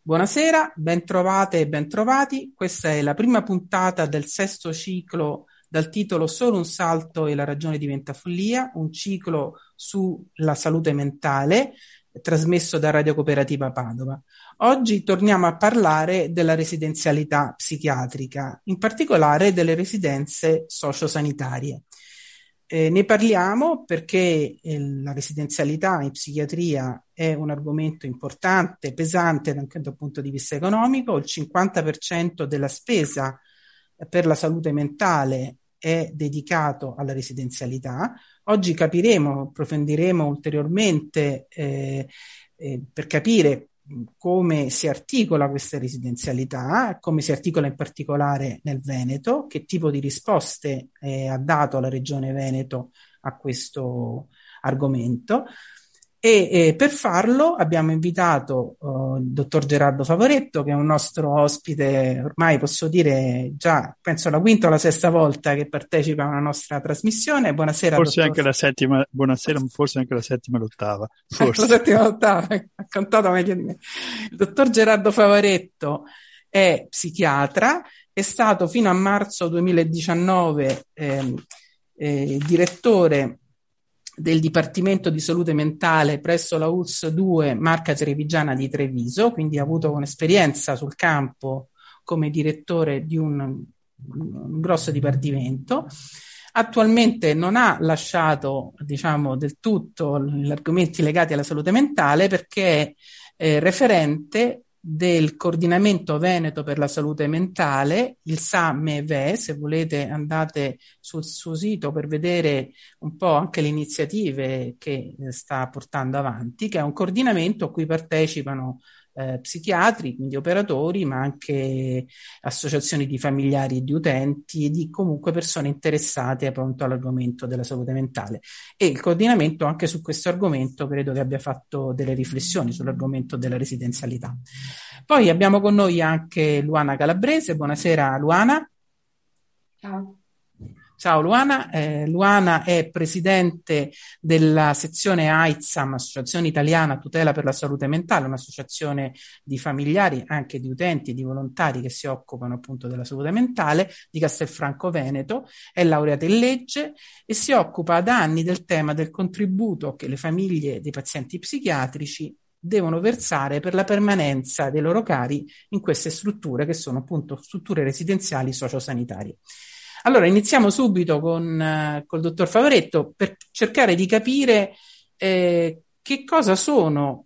Buonasera, bentrovate e bentrovati. Questa è la prima puntata del sesto ciclo dal titolo Solo un salto e la ragione diventa follia, un ciclo sulla salute mentale trasmesso da Radio Cooperativa Padova. Oggi torniamo a parlare della residenzialità psichiatrica, in particolare delle residenze sociosanitarie. Ne parliamo perché la residenzialità in psichiatria è un argomento importante, pesante anche dal punto di vista economico. Il 50% della spesa per la salute mentale è dedicato alla residenzialità. Oggi capiremo, approfondiremo ulteriormente per capire come si articola questa residenzialità, come si articola in particolare nel Veneto, che tipo di risposte ha dato la Regione Veneto a questo argomento. E per farlo abbiamo invitato il dottor Gerardo Favoretto, che è un nostro ospite, ormai posso dire già, penso la quinta o la sesta volta che partecipa a una nostra trasmissione. Buonasera, Forse dottor. anche la settima, buonasera, forse anche la settima e l'ottava. La Forse. settima ottava, ha contato meglio di me. Il dottor Gerardo Favaretto è psichiatra, è stato fino a marzo 2019 direttore del Dipartimento di Salute Mentale presso la ULSS 2 Marca Trevigiana di Treviso, quindi ha avuto un'esperienza sul campo come direttore di un grosso dipartimento. Attualmente non ha lasciato, diciamo, del tutto gli argomenti legati alla salute mentale perché è referente del Coordinamento Veneto per la Salute Mentale, il SAMEVE. Se volete andate sul suo sito per vedere un po' anche le iniziative che sta portando avanti, che è un coordinamento a cui partecipano psichiatri, quindi operatori, ma anche associazioni di familiari e di utenti e di comunque persone interessate appunto all'argomento della salute mentale. E il coordinamento anche su questo argomento credo che abbia fatto delle riflessioni sull'argomento della residenzialità. Poi abbiamo con noi anche Luana Calabrese. Buonasera Luana. Ciao. Ciao Luana. Luana è presidente della sezione AITSAM, Associazione Italiana Tutela per la Salute Mentale, un'associazione di familiari, anche di utenti e di volontari che si occupano appunto della salute mentale di Castelfranco Veneto. È laureata in legge e si occupa da anni del tema del contributo che le famiglie dei pazienti psichiatrici devono versare per la permanenza dei loro cari in queste strutture che sono appunto strutture residenziali sociosanitarie. Allora, iniziamo subito col dottor Favoretto per cercare di capire che cosa sono,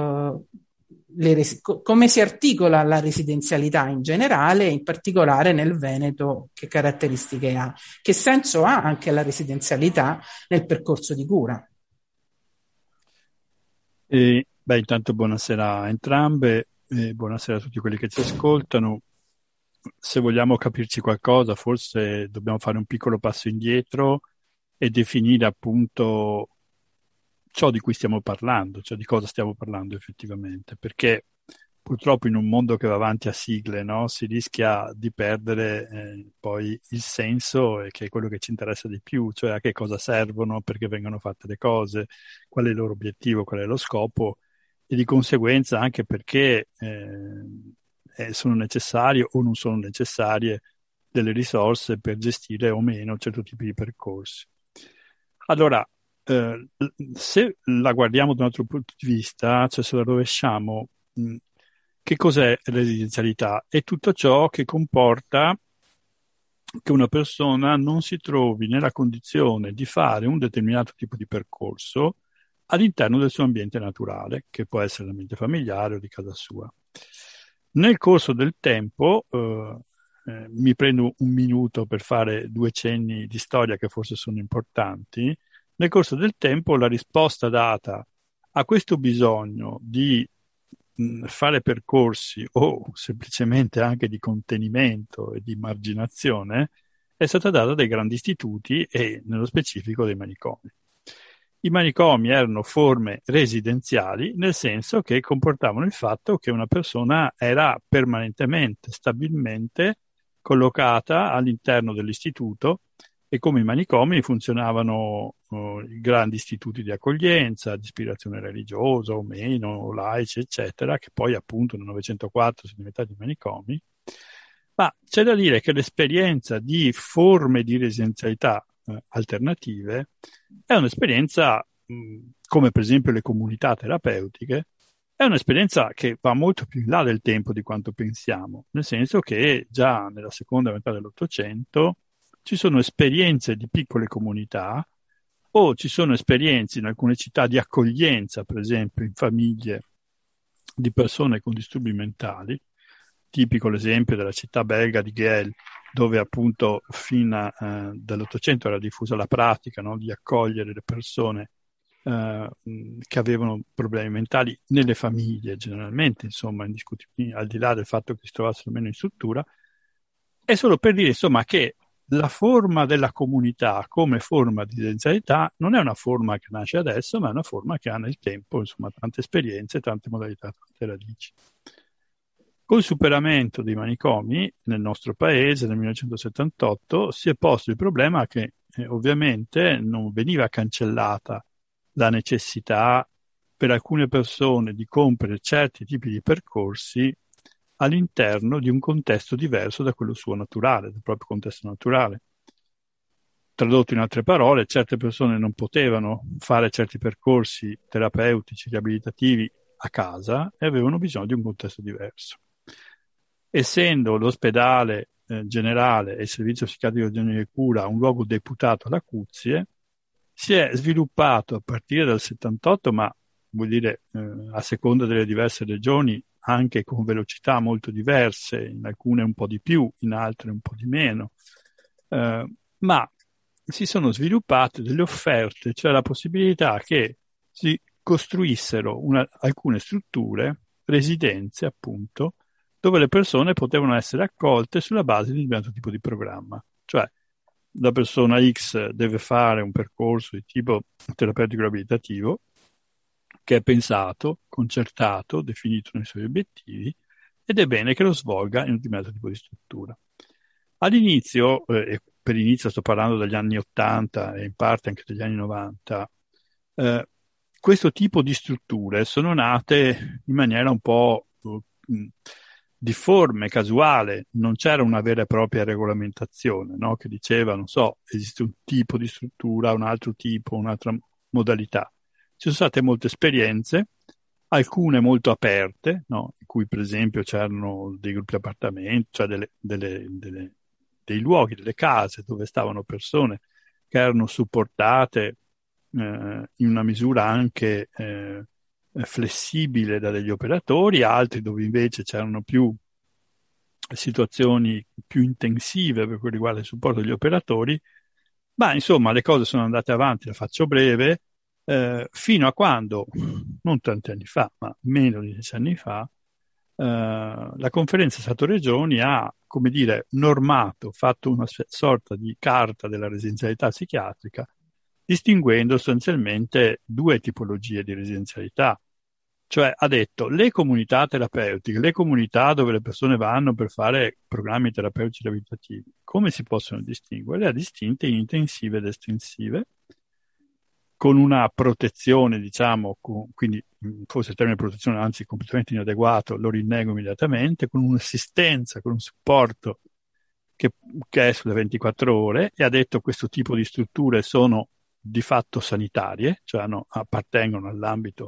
come si articola la residenzialità in generale, in particolare nel Veneto, che caratteristiche ha, che senso ha anche la residenzialità nel percorso di cura. Intanto buonasera a entrambe, buonasera a tutti quelli che ci ascoltano. Se vogliamo capirci qualcosa, forse dobbiamo fare un piccolo passo indietro e definire appunto ciò di cui stiamo parlando, cioè di cosa stiamo parlando effettivamente, perché purtroppo in un mondo che va avanti a sigle, no, si rischia di perdere poi il senso, e che è quello che ci interessa di più, cioè a che cosa servono, perché vengono fatte le cose, qual è il loro obiettivo, qual è lo scopo, e di conseguenza anche perché sono necessarie o non sono necessarie delle risorse per gestire o meno certi tipi di percorsi. Allora, se la guardiamo da un altro punto di vista, cioè se la rovesciamo, che cos'è residenzialità? È tutto ciò che comporta che una persona non si trovi nella condizione di fare un determinato tipo di percorso all'interno del suo ambiente naturale, che può essere l'ambiente familiare o di casa sua. Nel corso del tempo, mi prendo un minuto per fare due cenni di storia che forse sono importanti. Nel corso del tempo la risposta data a questo bisogno di fare percorsi o semplicemente anche di contenimento e di marginazione è stata data dai grandi istituti e nello specifico dei manicomi. I manicomi erano forme residenziali, nel senso che comportavano il fatto che una persona era permanentemente, stabilmente collocata all'interno dell'istituto, e come i manicomi funzionavano i grandi istituti di accoglienza, di ispirazione religiosa o meno, laici, eccetera, che poi appunto nel 1904 sono diventati manicomi. Ma c'è da dire che l'esperienza di forme di residenzialità alternative è un'esperienza, come per esempio le comunità terapeutiche, è un'esperienza che va molto più in là del tempo di quanto pensiamo, nel senso che già nella seconda metà dell'Ottocento ci sono esperienze di piccole comunità o ci sono esperienze in alcune città di accoglienza, per esempio in famiglie di persone con disturbi mentali, tipico l'esempio della città belga di Geel, dove appunto fino dall'Ottocento era diffusa la pratica, no, di accogliere le persone che avevano problemi mentali nelle famiglie generalmente, insomma, indiscutibili, al di là del fatto che si trovassero meno in struttura. È solo per dire, insomma, che la forma della comunità come forma di residenzialità non è una forma che nasce adesso, ma è una forma che ha nel tempo, insomma, tante esperienze, tante modalità, tante radici. Col superamento dei manicomi nel nostro paese nel 1978 si è posto il problema che ovviamente non veniva cancellata la necessità per alcune persone di compiere certi tipi di percorsi all'interno di un contesto diverso da quello suo naturale, dal proprio contesto naturale. Tradotto in altre parole, certe persone non potevano fare certi percorsi terapeutici, riabilitativi a casa e avevano bisogno di un contesto diverso. Essendo l'ospedale generale e il servizio psichiatrico di genere e cura un luogo deputato alle acuzie, si è sviluppato a partire dal 78, ma vuol dire a seconda delle diverse regioni, anche con velocità molto diverse, in alcune un po' di più, in altre un po' di meno, ma si sono sviluppate delle offerte, cioè la possibilità che si costruissero alcune strutture, residenze appunto, dove le persone potevano essere accolte sulla base di un certo tipo di programma. Cioè, la persona X deve fare un percorso di tipo terapeutico riabilitativo che è pensato, concertato, definito nei suoi obiettivi ed è bene che lo svolga in un determinato tipo di struttura. All'inizio, e per inizio sto parlando degli anni 80 e in parte anche degli anni 90, questo tipo di strutture sono nate in maniera un po' difforme, casuale, non c'era una vera e propria regolamentazione, no? Che diceva, non so, esiste un tipo di struttura, un altro tipo, un'altra modalità. Ci sono state molte esperienze, alcune molto aperte, no? In cui per esempio c'erano dei gruppi appartamenti, cioè dei luoghi, delle case dove stavano persone che erano supportate in una misura anche flessibile da degli operatori, altri dove invece c'erano più situazioni più intensive per quanto riguarda il supporto degli operatori, ma insomma le cose sono andate avanti, la faccio breve, fino a quando, non tanti anni fa, ma meno di 10 anni fa, la conferenza Stato-Regioni ha, come dire, normato, fatto una sorta di carta della residenzialità psichiatrica, distinguendo sostanzialmente due tipologie di residenzialità. Cioè ha detto le comunità terapeutiche, le comunità dove le persone vanno per fare programmi terapeutici riabilitativi, come si possono distinguere? Le ha distinte in intensive ed estensive, con una protezione, diciamo, quindi forse il termine protezione anzi completamente inadeguato, lo rinnego immediatamente, con un'assistenza, con un supporto che è sulle 24 ore, e ha detto questo tipo di strutture sono di fatto sanitarie, cioè appartengono all'ambito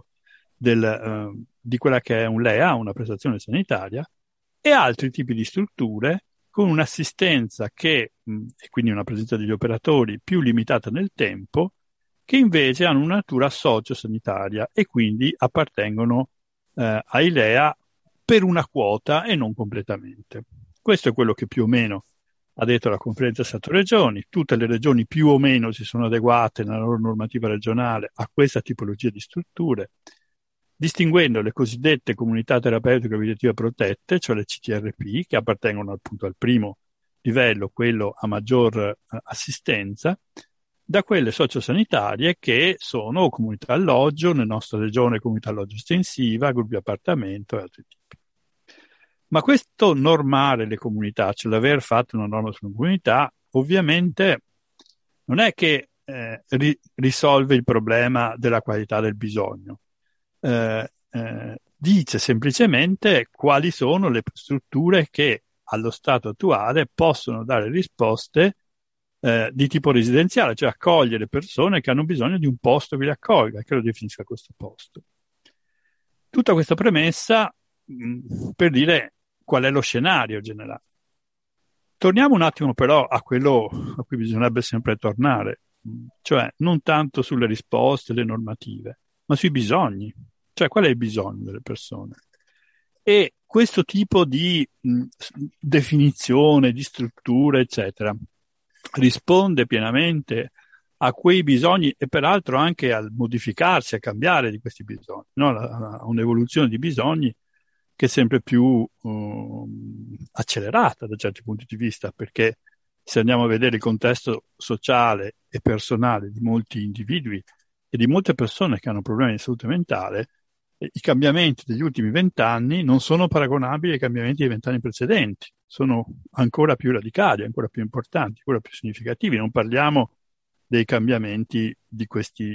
di quella che è un LEA, una prestazione sanitaria, e altri tipi di strutture con un'assistenza e quindi una presenza degli operatori più limitata nel tempo, che invece hanno una natura sociosanitaria e quindi appartengono ai LEA per una quota e non completamente. Questo è quello che più o meno ha detto la conferenza Stato-Regioni. Tutte le regioni più o meno si sono adeguate nella loro normativa regionale a questa tipologia di strutture, distinguendo le cosiddette comunità terapeutiche riabilitative protette, cioè le CTRP, che appartengono appunto al primo livello, quello a maggior assistenza, da quelle sociosanitarie che sono comunità alloggio, nella nostra regione comunità alloggio estensiva, gruppi appartamento e altri tipi. Ma questo normare le comunità, cioè l'aver fatto una norma sulle comunità, ovviamente non è che risolve il problema della qualità del bisogno. Dice semplicemente quali sono le strutture che allo stato attuale possono dare risposte di tipo residenziale, cioè accogliere persone che hanno bisogno di un posto che li accolga, che lo definisca questo posto. Tutta questa premessa per dire qual è lo scenario generale. Torniamo un attimo però a quello a cui bisognerebbe sempre tornare, cioè non tanto sulle risposte, le normative, ma sui bisogni, cioè qual è il bisogno delle persone. E questo tipo di definizione, di struttura, eccetera, risponde pienamente a quei bisogni e peraltro anche al modificarsi, a cambiare di questi bisogni, no? A un'evoluzione di bisogni che è sempre più accelerata da certi punti di vista, perché se andiamo a vedere il contesto sociale e personale di molti individui e di molte persone che hanno problemi di salute mentale, i cambiamenti degli ultimi 20 anni non sono paragonabili ai cambiamenti dei 20 anni precedenti, sono ancora più radicali, ancora più importanti, ancora più significativi. Non parliamo dei cambiamenti di questi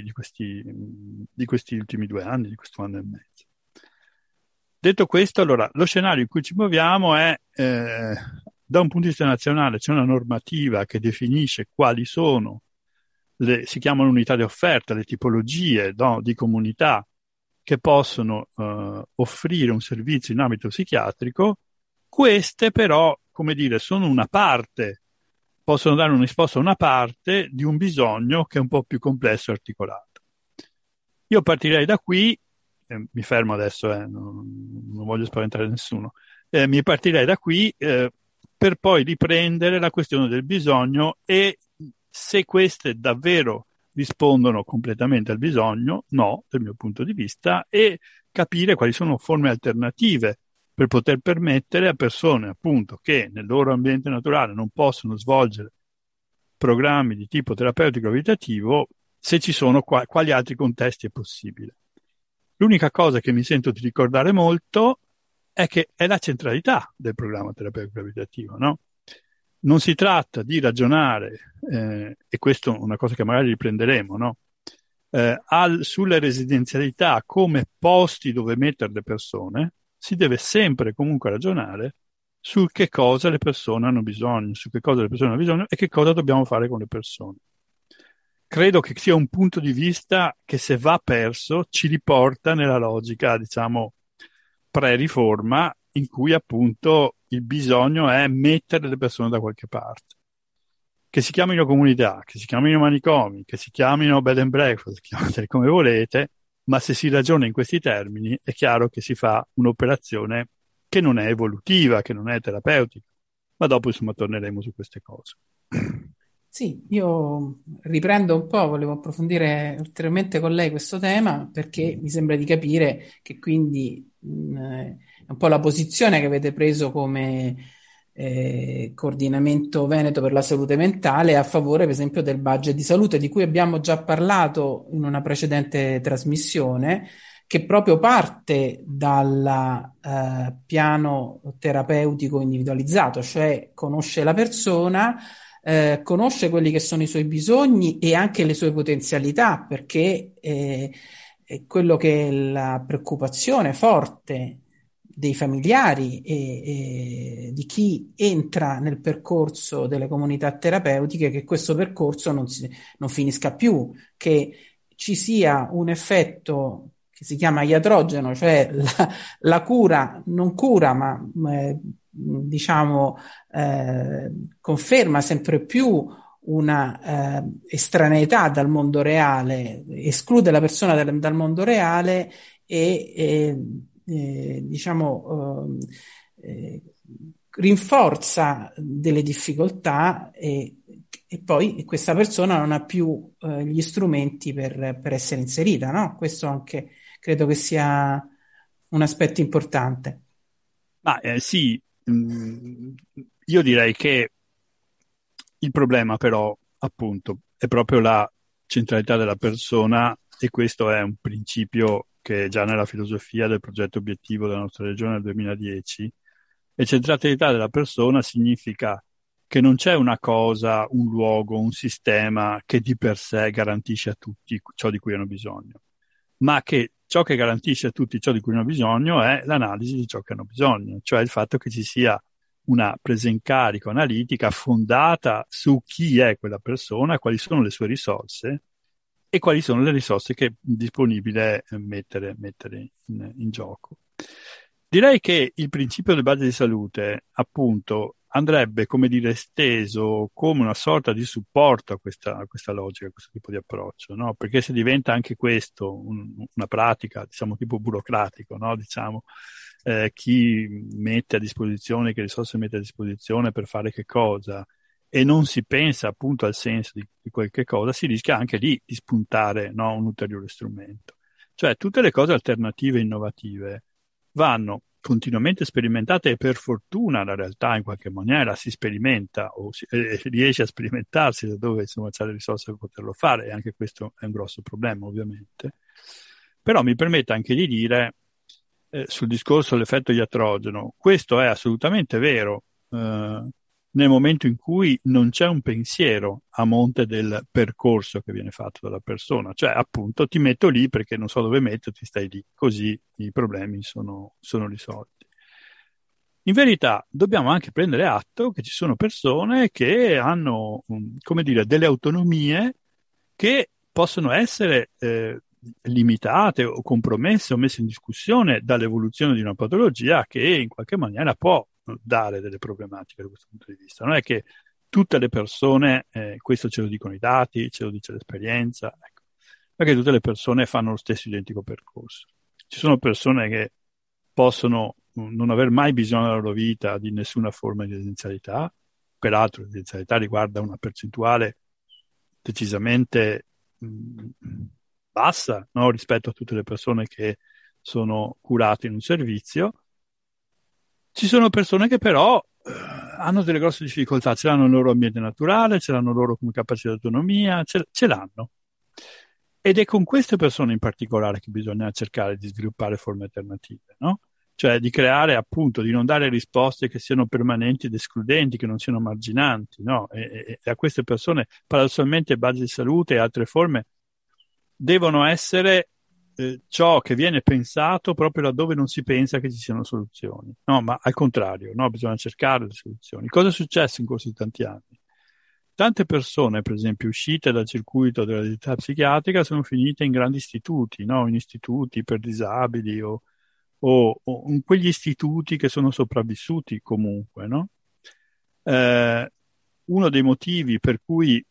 ultimi 2 anni, di questo anno e mezzo. Detto questo, allora, lo scenario in cui ci muoviamo è, da un punto di vista nazionale, c'è una normativa che definisce quali sono si chiamano unità di offerta, le tipologie, no, di comunità che possono offrire un servizio in ambito psichiatrico. Queste però, come dire, sono una parte, possono dare una risposta a una parte di un bisogno che è un po' più complesso e articolato. Io partirei da qui, mi fermo adesso, non voglio spaventare nessuno, mi partirei da qui per poi riprendere la questione del bisogno e se queste davvero rispondono completamente al bisogno, no, dal mio punto di vista, e capire quali sono forme alternative per poter permettere a persone, appunto, che nel loro ambiente naturale non possono svolgere programmi di tipo terapeutico abitativo, se ci sono quali altri contesti è possibile. L'unica cosa che mi sento di ricordare molto è che è la centralità del programma terapeutico abitativo, no? Non si tratta di ragionare, e questo è una cosa che magari riprenderemo, no? Sulle residenzialità come posti dove mettere le persone, si deve sempre comunque ragionare su che cosa le persone hanno bisogno, su che cosa le persone hanno bisogno e che cosa dobbiamo fare con le persone. Credo che sia un punto di vista che se va perso ci riporta nella logica, diciamo, pre-riforma, in cui appunto il bisogno è mettere le persone da qualche parte. Che si chiamino comunità, che si chiamino manicomi, che si chiamino bed and breakfast, chiamateli come volete, ma se si ragiona in questi termini è chiaro che si fa un'operazione che non è evolutiva, che non è terapeutica, ma dopo insomma torneremo su queste cose. Sì, io riprendo un po', volevo approfondire ulteriormente con lei questo tema perché mi sembra di capire che quindi è un po' la posizione che avete preso come coordinamento veneto per la salute mentale a favore, per esempio, del budget di salute di cui abbiamo già parlato in una precedente trasmissione, che proprio parte dal piano terapeutico individualizzato, cioè conosce la persona, conosce quelli che sono i suoi bisogni e anche le sue potenzialità, perché è quello che è la preoccupazione forte dei familiari e di chi entra nel percorso delle comunità terapeutiche, che questo percorso non finisca più, che ci sia un effetto che si chiama iatrogeno, cioè la cura, non cura, ma diciamo conferma sempre più una estraneità dal mondo reale, esclude la persona dal mondo reale e diciamo rinforza delle difficoltà e poi questa persona non ha più gli strumenti per essere inserita, no? Questo anche credo che sia un aspetto importante. Ma sì, io direi che il problema però, appunto, è proprio la centralità della persona e questo è un principio che è già nella filosofia del progetto obiettivo della nostra regione nel 2010. E centralità della persona significa che non c'è una cosa, un luogo, un sistema che di per sé garantisce a tutti ciò di cui hanno bisogno, ma che ciò che garantisce a tutti ciò di cui hanno bisogno è l'analisi di ciò che hanno bisogno, cioè il fatto che ci sia una presa in carico analitica fondata su chi è quella persona, quali sono le sue risorse e quali sono le risorse che è disponibile mettere in gioco. Direi che il principio delle basi di salute, appunto, andrebbe, come dire, esteso come una sorta di supporto a questa logica, a questo tipo di approccio, no? Perché se diventa anche questo una pratica, diciamo, tipo burocratico, no? Diciamo, chi mette a disposizione, che risorse mette a disposizione per fare che cosa, e non si pensa appunto al senso di qualche cosa, si rischia anche lì di spuntare, no, un ulteriore strumento. Cioè tutte le cose alternative e innovative vanno continuamente sperimentate e per fortuna la realtà in qualche maniera si sperimenta o riesce a sperimentarsi da dove insomma c'è le risorse per poterlo fare, e anche questo è un grosso problema ovviamente. Però mi permette anche di dire sul discorso dell'effetto iatrogeno, questo è assolutamente vero nel momento in cui non c'è un pensiero a monte del percorso che viene fatto dalla persona, cioè appunto ti metto lì perché non so dove metterti, stai lì, così i problemi sono risolti. In verità dobbiamo anche prendere atto che ci sono persone che hanno, come dire, delle autonomie che possono essere limitate o compromesse o messe in discussione dall'evoluzione di una patologia che in qualche maniera può dare delle problematiche da questo punto di vista. Non è che tutte le persone, questo ce lo dicono i dati, ce lo dice l'esperienza, ecco, perché tutte le persone fanno lo stesso identico percorso. Ci sono persone che possono non aver mai bisogno nella loro vita di nessuna forma di residenzialità, peraltro residenzialità riguarda una percentuale decisamente bassa, no? Rispetto a tutte le persone che sono curate in un servizio. Ci sono persone che però hanno delle grosse difficoltà, ce l'hanno nel loro ambiente naturale, ce l'hanno loro come capacità di autonomia, ce l'hanno. Ed è con queste persone in particolare che bisogna cercare di sviluppare forme alternative, no? Cioè di creare appunto, di non dare risposte che siano permanenti ed escludenti, che non siano marginanti, no? E a queste persone, paradossalmente, basi di salute e altre forme devono essere ciò che viene pensato proprio laddove non si pensa che ci siano soluzioni. No, ma al contrario, no? Bisogna cercare le soluzioni. Cosa è successo in corso di tanti anni? Tante persone, per esempio, uscite dal circuito della disabilità psichiatrica sono finite in grandi istituti, no? In istituti per disabili o in quegli istituti che sono sopravvissuti comunque, no? Uno dei motivi per cui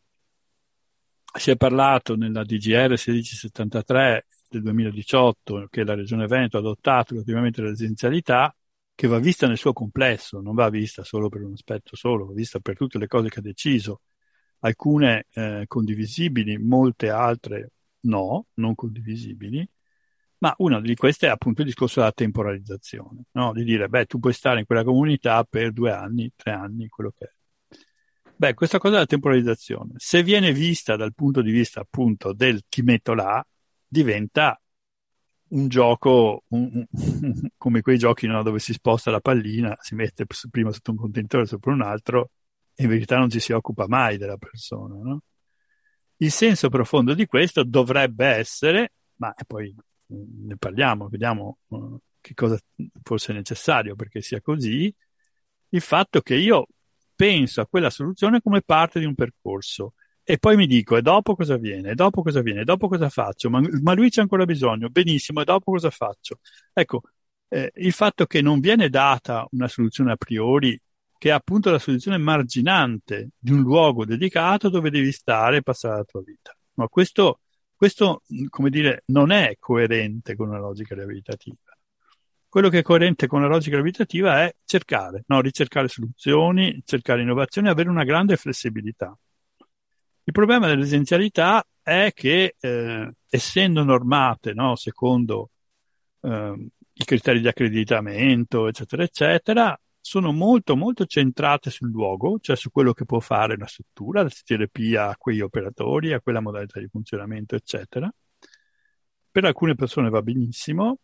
si è parlato nella DGR 1673 del 2018, che la Regione Veneto ha adottato relativamente alla residenzialità, che va vista nel suo complesso, non va vista solo per un aspetto solo, va vista per tutte le cose che ha deciso, alcune condivisibili, molte altre no, non condivisibili, ma una di queste è appunto il discorso della temporalizzazione, no? Di dire, beh, tu puoi stare in quella comunità per 2 anni, 3 anni, quello che è. Beh, questa cosa della temporalizzazione, se viene vista dal punto di vista appunto del ti metto là, diventa un gioco come quei giochi, no, dove si sposta la pallina, si mette prima sotto un contenitore sopra un altro e in verità non ci si occupa mai della persona, no? Il senso profondo di questo dovrebbe essere, ma poi ne parliamo, vediamo che cosa forse è necessario perché sia così, il fatto che io penso a quella soluzione come parte di un percorso e poi mi dico, e dopo cosa viene? E dopo cosa viene? E dopo cosa faccio? Ma lui c'è ancora bisogno? Benissimo, e dopo cosa faccio? Ecco, il fatto che non viene data una soluzione a priori, che è appunto la soluzione marginante di un luogo dedicato dove devi stare e passare la tua vita. Ma questo, come dire, non è coerente con una logica riabilitativa. Quello che è coerente con la logica riabilitativa è cercare, no? Ricercare soluzioni, cercare innovazioni, avere una grande flessibilità. Il problema dell'esistenzialità è che, essendo normate, no, secondo i criteri di accreditamento, eccetera, eccetera, sono molto, molto centrate sul luogo, cioè su quello che può fare la struttura, la terapia a quegli operatori, a quella modalità di funzionamento, eccetera. Per alcune persone va benissimo,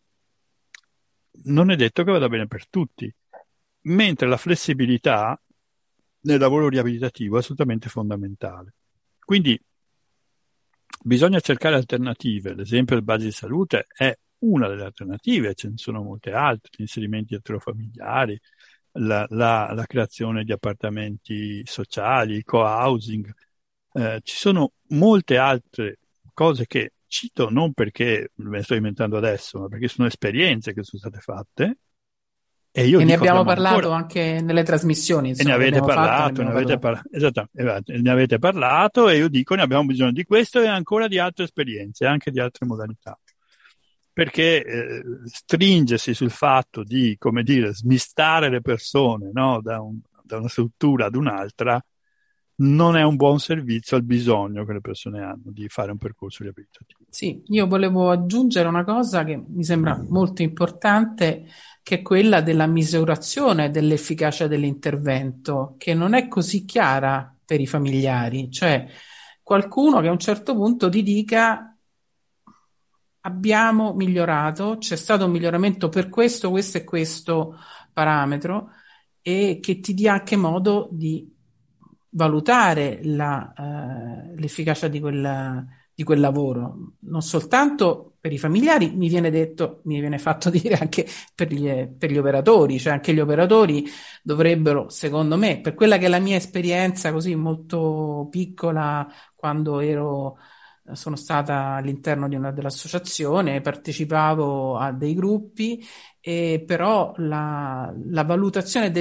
non è detto che vada bene per tutti, mentre la flessibilità nel lavoro riabilitativo è assolutamente fondamentale. Quindi bisogna cercare alternative. L'esempio del base di salute è una delle alternative, ce ne sono molte altre, gli inserimenti eterofamiliari, la creazione di appartamenti sociali, il co-housing. Ci sono molte altre cose che cito non perché me ne sto inventando adesso, ma perché sono esperienze che sono state fatte e io E ne dico abbiamo abbiamo parlato ancora. anche nelle trasmissioni, E ne insomma, che avete abbiamo fatto, ne parlato, abbiamo parlato. esatto, ne avete parlato e io dico ne abbiamo bisogno di questo e ancora di altre esperienze, anche di altre modalità. Perché stringersi sul fatto di, come dire, smistare le persone, no, da una struttura ad un'altra non è un buon servizio al bisogno che le persone hanno di fare un percorso riabilitativo. Sì, io volevo aggiungere una cosa che mi sembra molto importante, che è quella della misurazione dell'efficacia dell'intervento, che non è così chiara per i familiari. Cioè, qualcuno che a un certo punto ti dica: abbiamo migliorato, c'è stato un miglioramento per questo e questo parametro, e che ti dia anche modo di valutare l'efficacia di quel lavoro. Non soltanto per i familiari, mi viene detto, mi viene fatto dire anche per gli operatori, cioè anche gli operatori dovrebbero, secondo me, per quella che è la mia esperienza così molto piccola, quando sono stata all'interno dell'associazione, partecipavo a dei gruppi, e però la valutazione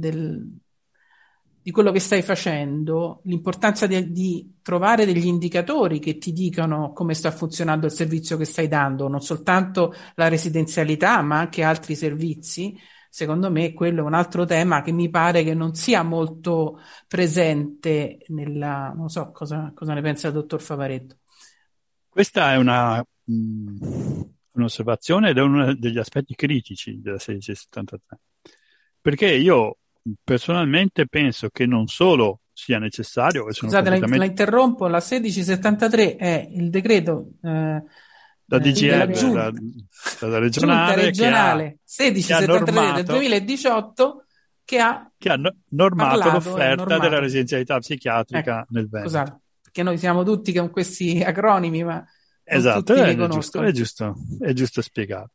di quello che stai facendo, l'importanza di trovare degli indicatori che ti dicano come sta funzionando il servizio che stai dando, non soltanto la residenzialità, ma anche altri servizi. Secondo me quello è un altro tema che mi pare che non sia molto presente non so cosa ne pensa il dottor Favaretto. Questa è un'osservazione ed è uno degli aspetti critici della 1673, perché io personalmente penso che non solo sia necessario, e sono Scusate, la completamente interrompo, la 1673 è il decreto da della DGR, la Giunta regionale, regionale che ha 1673 del normato 2018, che ha normato parlato e l'offerta della normato. residenzialità Ecco, psichiatrica nel Veneto. scusate, perché noi siamo tutti con questi acronimi, ma non Esatto, tutti li è conoscono. giusto, è giusto spiegare.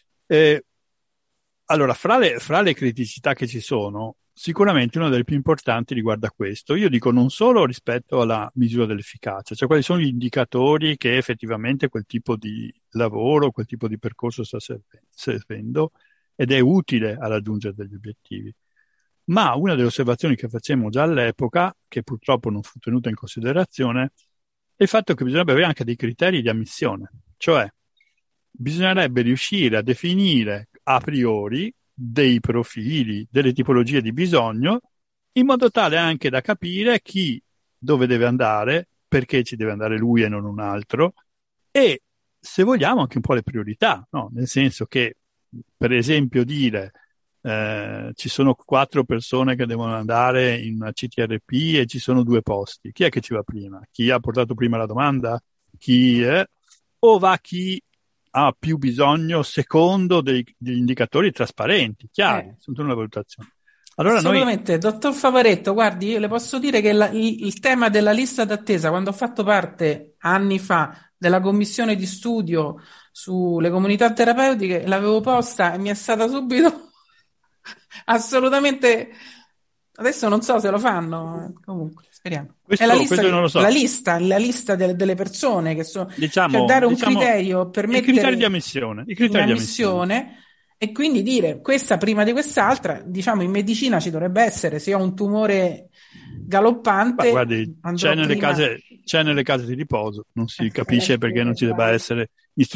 Allora, fra le criticità che ci sono, sicuramente una delle più importanti riguarda questo. Io dico non solo rispetto alla misura dell'efficacia, cioè quali sono gli indicatori che effettivamente quel tipo di lavoro, quel tipo di percorso sta servendo ed è utile a raggiungere degli obiettivi. Ma una delle osservazioni che facemmo già all'epoca, che purtroppo non fu tenuta in considerazione, è il fatto che bisognerebbe avere anche dei criteri di ammissione, cioè bisognerebbe riuscire a definire a priori dei profili, delle tipologie di bisogno, in modo tale anche da capire chi dove deve andare, perché ci deve andare lui e non un altro, e se vogliamo anche un po' le priorità, no? Nel senso che, per esempio, dire ci sono 4 persone che devono andare in una CTRP e ci sono 2 posti. Chi è che ci va prima? Chi ha portato prima la domanda? Chi è? O va chi ha più bisogno secondo degli indicatori trasparenti, chiari, Eh, sono tutte una valutazione. Allora noi, Assolutamente, dottor Favaretto, guardi, io le posso dire che il tema della lista d'attesa, quando ho fatto parte anni fa della commissione di studio sulle comunità terapeutiche, l'avevo posta e mi è stata subito assolutamente. Adesso non so se lo fanno, comunque, speriamo. È questo non lo so, la lista delle persone cioè diciamo, dare un criterio per i criteri di mettere ammissione, i in criteri di ammissione. ammissione, e quindi dire questa prima di quest'altra. Diciamo, in medicina ci dovrebbe essere: se ho un tumore Ma galoppante guardi, andrò prima. c'è nelle case di riposo, non si capisce perché non ci debba Guardi, essere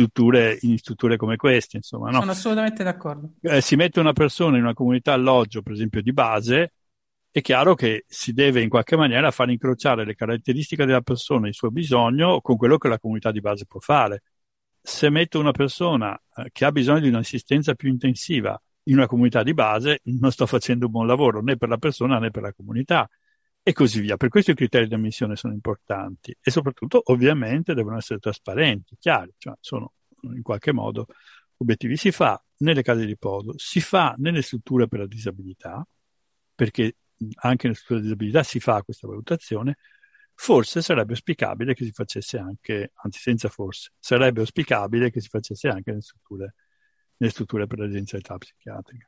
in strutture come queste, insomma, no? sono assolutamente d'accordo. Si mette una persona in una comunità alloggio, per esempio di base, è chiaro che si deve in qualche maniera far incrociare le caratteristiche della persona, il suo bisogno, con quello che la comunità di base può fare. Se metto una persona che ha bisogno di un'assistenza più intensiva in una comunità di base, non sto facendo un buon lavoro né per la persona né per la comunità e così via. Per questo i criteri di ammissione sono importanti e soprattutto ovviamente devono essere trasparenti, chiari, cioè sono in qualche modo obiettivi. Si fa nelle case di riposo, si fa nelle strutture per la disabilità, perché anche nel Istituto della disabilità si fa questa valutazione, forse sarebbe auspicabile che si facesse anche, anzi senza forse, sarebbe auspicabile che si facesse anche nelle strutture per la residenzialità psichiatrica.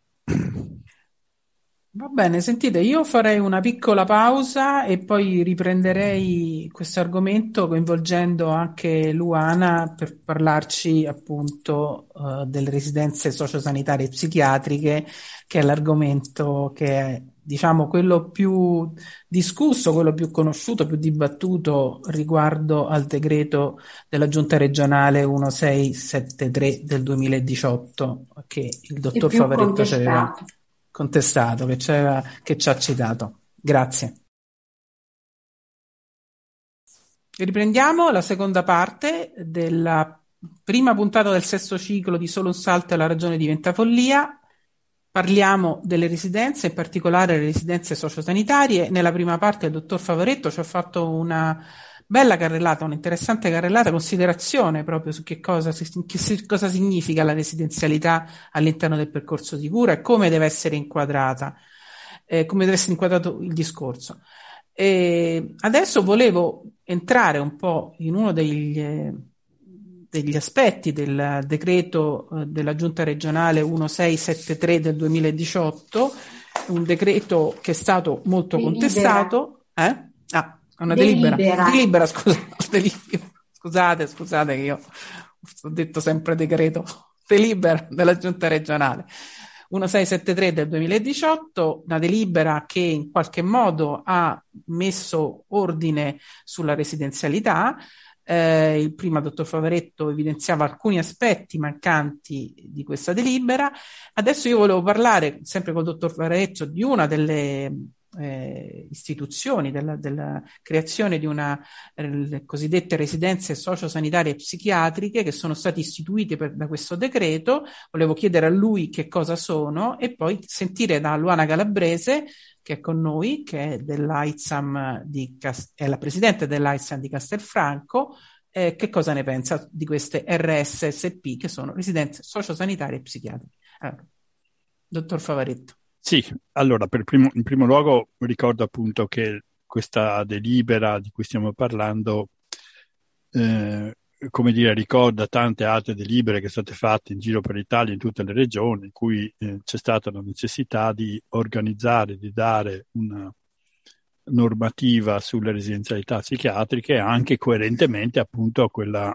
Va bene, sentite, io farei una piccola pausa e poi riprenderei questo argomento coinvolgendo anche Luana per parlarci appunto delle residenze sociosanitarie e psichiatriche, che è l'argomento che è, diciamo, quello più discusso, quello più conosciuto, più dibattuto riguardo al decreto della Giunta regionale 1673 del 2018, che il E dottor più Favaretto ci aveva contestato. contestato, che ci ha citato. Grazie. Riprendiamo la seconda parte della prima puntata del sesto ciclo di Solo un salto e la ragione diventa follia. Parliamo delle residenze, in particolare le residenze sociosanitarie. Nella prima parte il dottor Favoretto ci ha fatto una bella carrellata, un'interessante carrellata, considerazione proprio su cosa significa la residenzialità all'interno del percorso di cura e come deve essere inquadrata, come deve essere inquadrato il discorso. E adesso volevo entrare un po' in uno degli aspetti del decreto della Giunta regionale 1673 del 2018, un decreto che è stato molto contestato. Una delibera, scusate che io ho detto sempre decreto, delibera della Giunta regionale 1673 del 2018, una delibera che in qualche modo ha messo ordine sulla residenzialità. Il prima dottor Favaretto evidenziava alcuni aspetti mancanti di questa delibera. Adesso io volevo parlare, sempre col dottor Favaretto, di una delle istituzioni, della creazione di una cosiddette residenze sociosanitarie e psichiatriche che sono state istituite da questo decreto. Volevo chiedere a lui che cosa sono e poi sentire da Luana Calabrese, che è con noi, che è dell'AIDSAM è la presidente dell'AIDSAM di Castelfranco, che cosa ne pensa di queste RSSP, che sono residenze sociosanitarie e psichiatriche. Allora, dottor Favaretto. Sì, allora in primo luogo ricordo appunto che questa delibera di cui stiamo parlando, come dire, ricorda tante altre delibere che sono state fatte in giro per l'Italia, in tutte le regioni, in cui c'è stata la necessità di organizzare, di dare una normativa sulle residenzialità psichiatriche, anche coerentemente appunto a quella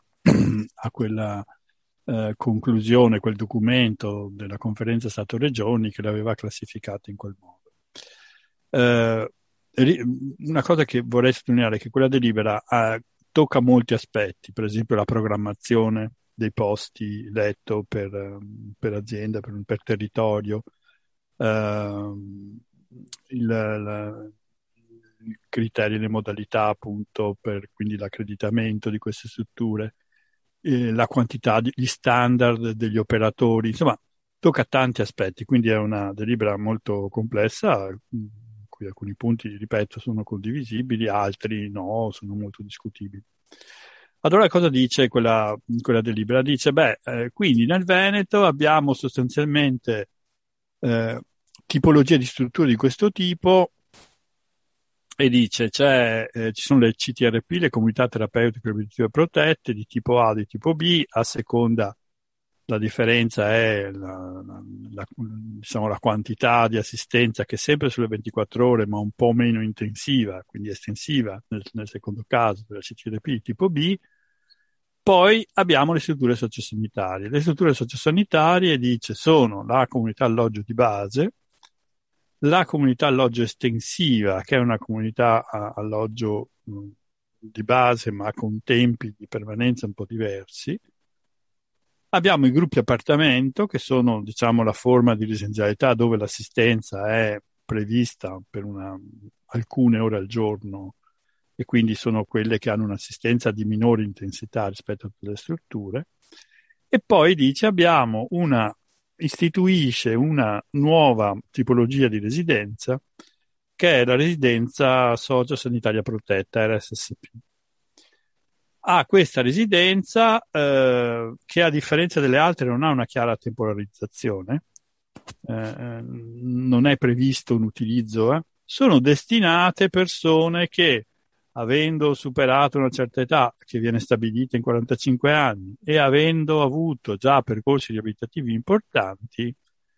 conclusione, quel documento della conferenza Stato-Regioni che l'aveva classificata in quel modo. Una cosa che vorrei sottolineare è che quella delibera tocca molti aspetti, per esempio la programmazione dei posti letto per azienda, per territorio, i criteri e le modalità appunto per quindi l'accreditamento di queste strutture, la quantità, gli standard degli operatori, insomma, tocca tanti aspetti, quindi è una delibera molto complessa, in cui alcuni punti, ripeto, sono condivisibili, altri no, sono molto discutibili. Allora cosa dice quella delibera? Dice, quindi nel Veneto abbiamo sostanzialmente tipologie di strutture di questo tipo, e dice ci sono le CTRP, le comunità terapeutiche rieducative protette di tipo A, di tipo B, a seconda la differenza è diciamo, la quantità di assistenza, che è sempre sulle 24 ore ma un po' meno intensiva, quindi estensiva nel secondo caso della CTRP di tipo B. Poi abbiamo le strutture sociosanitarie. Le strutture sociosanitarie, dice, sono la comunità alloggio di base, la comunità alloggio estensiva, che è una comunità alloggio di base ma con tempi di permanenza un po' diversi. Abbiamo i gruppi appartamento, che sono, diciamo, la forma di residenzialità dove l'assistenza è prevista per alcune ore al giorno, e quindi sono quelle che hanno un'assistenza di minore intensità rispetto a tutte le strutture. E poi dice istituisce una nuova tipologia di residenza, che è la residenza sociosanitaria protetta, RSSP. Questa residenza, che a differenza delle altre non ha una chiara temporalizzazione, non è previsto un utilizzo sono destinate persone che, avendo superato una certa età che viene stabilita in 45 anni e avendo avuto già percorsi riabilitativi importanti,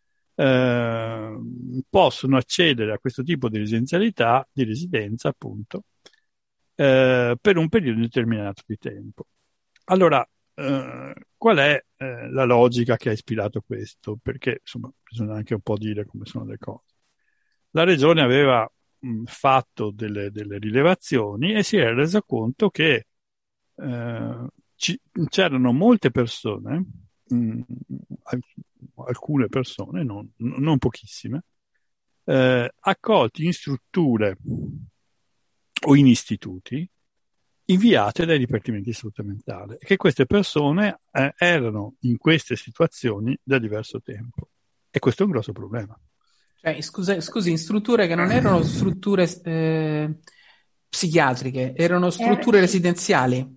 possono accedere a questo tipo di residenzialità, di residenza appunto, per un periodo determinato di tempo. Allora, qual è la logica che ha ispirato questo? Perché insomma bisogna anche un po' dire come sono le cose. La regione aveva fatto delle rilevazioni e si era resa conto che c'erano molte persone, alcune persone, non pochissime, accolti in strutture o in istituti inviate dai dipartimenti di salute mentale, e che queste persone erano in queste situazioni da diverso tempo. E questo è un grosso problema. Cioè, scusi, in strutture che non erano strutture psichiatriche, erano strutture residenziali.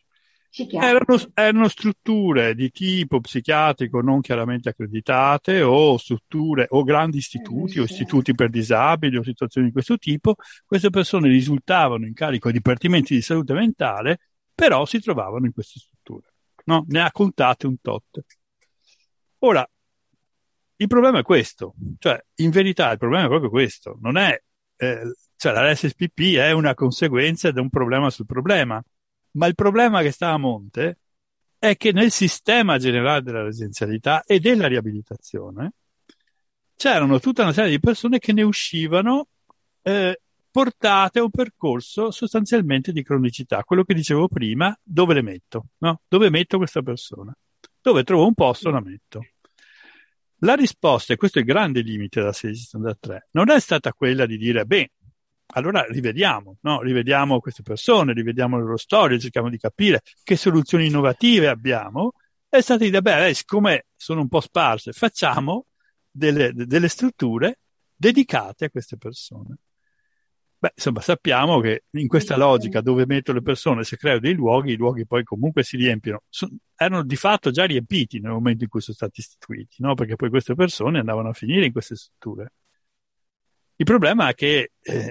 Erano strutture di tipo psichiatrico non chiaramente accreditate, o strutture o grandi istituti o istituti per disabili o situazioni di questo tipo. Queste persone risultavano in carico ai dipartimenti di salute mentale, però si trovavano in queste strutture, no? Ne ha contate un tot. Ora, il problema è questo, cioè in verità il problema è proprio questo, non è, cioè l'SSPP è una conseguenza di un problema sul problema, ma il problema che sta a monte è che nel sistema generale della residenzialità e della riabilitazione c'erano tutta una serie di persone che ne uscivano portate a un percorso sostanzialmente di cronicità, quello che dicevo prima, dove le metto, no? Dove metto questa persona? Dove trovo un posto la metto. La risposta, e questo è il grande limite della 1673, non è stata quella di dire, beh, allora rivediamo, no? Rivediamo queste persone, rivediamo le loro storie, cerchiamo di capire che soluzioni innovative abbiamo. È stata di dire, beh, siccome sono un po' sparse, facciamo delle strutture dedicate a queste persone. Beh, insomma, sappiamo che in questa logica dove metto le persone, se creo dei luoghi, i luoghi poi comunque si riempiono. Erano di fatto già riempiti nel momento in cui sono stati istituiti, no? Perché poi queste persone andavano a finire in queste strutture. Il problema è che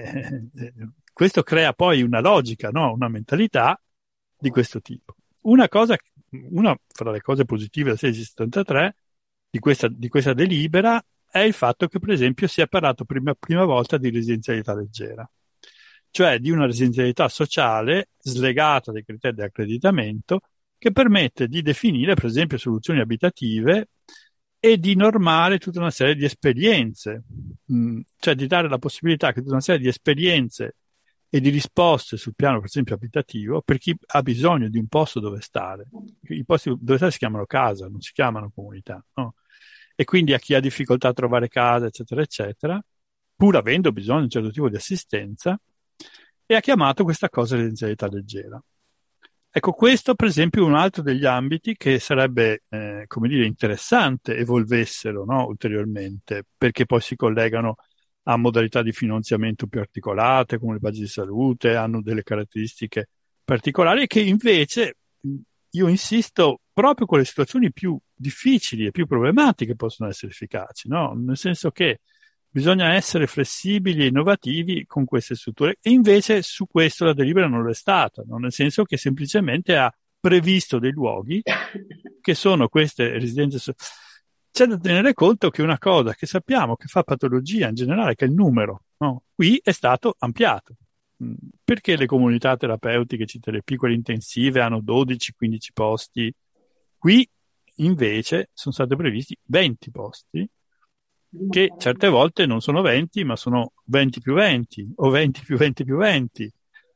questo crea poi una logica, no? Una mentalità di questo tipo. Una fra le cose positive del 1673 di questa delibera è il fatto che, per esempio, si è parlato prima volta di residenzialità leggera, cioè di una residenzialità sociale slegata dai criteri di accreditamento, che permette di definire, per esempio, soluzioni abitative e di normare tutta una serie di esperienze, cioè di dare la possibilità che tutta una serie di esperienze e di risposte sul piano, per esempio, abitativo, per chi ha bisogno di un posto dove stare. I posti dove stare si chiamano casa, non si chiamano comunità, no? E quindi a chi ha difficoltà a trovare casa, eccetera, eccetera, pur avendo bisogno di un certo tipo di assistenza, e ha chiamato questa cosa residenzialità leggera. Ecco, questo per esempio è un altro degli ambiti che sarebbe, come dire, interessante evolvessero, no, ulteriormente, perché poi si collegano a modalità di finanziamento più articolate, come le pagine di salute, hanno delle caratteristiche particolari, che invece, io insisto, proprio con le situazioni più difficili e più problematiche possono essere efficaci, no? Nel senso che bisogna essere flessibili e innovativi con queste strutture, e invece su questo la delibera non lo è stata, no? Nel senso che semplicemente ha previsto dei luoghi che sono queste residenze. C'è da tenere conto che una cosa che sappiamo che fa patologia in generale, che è il numero, no? Qui è stato ampliato. Perché le comunità terapeutiche, le piccole intensive, hanno 12-15 posti? Qui invece sono stati previsti 20 posti, che certe volte non sono 20, ma sono 20 più 20 o 20 più 20 più 20.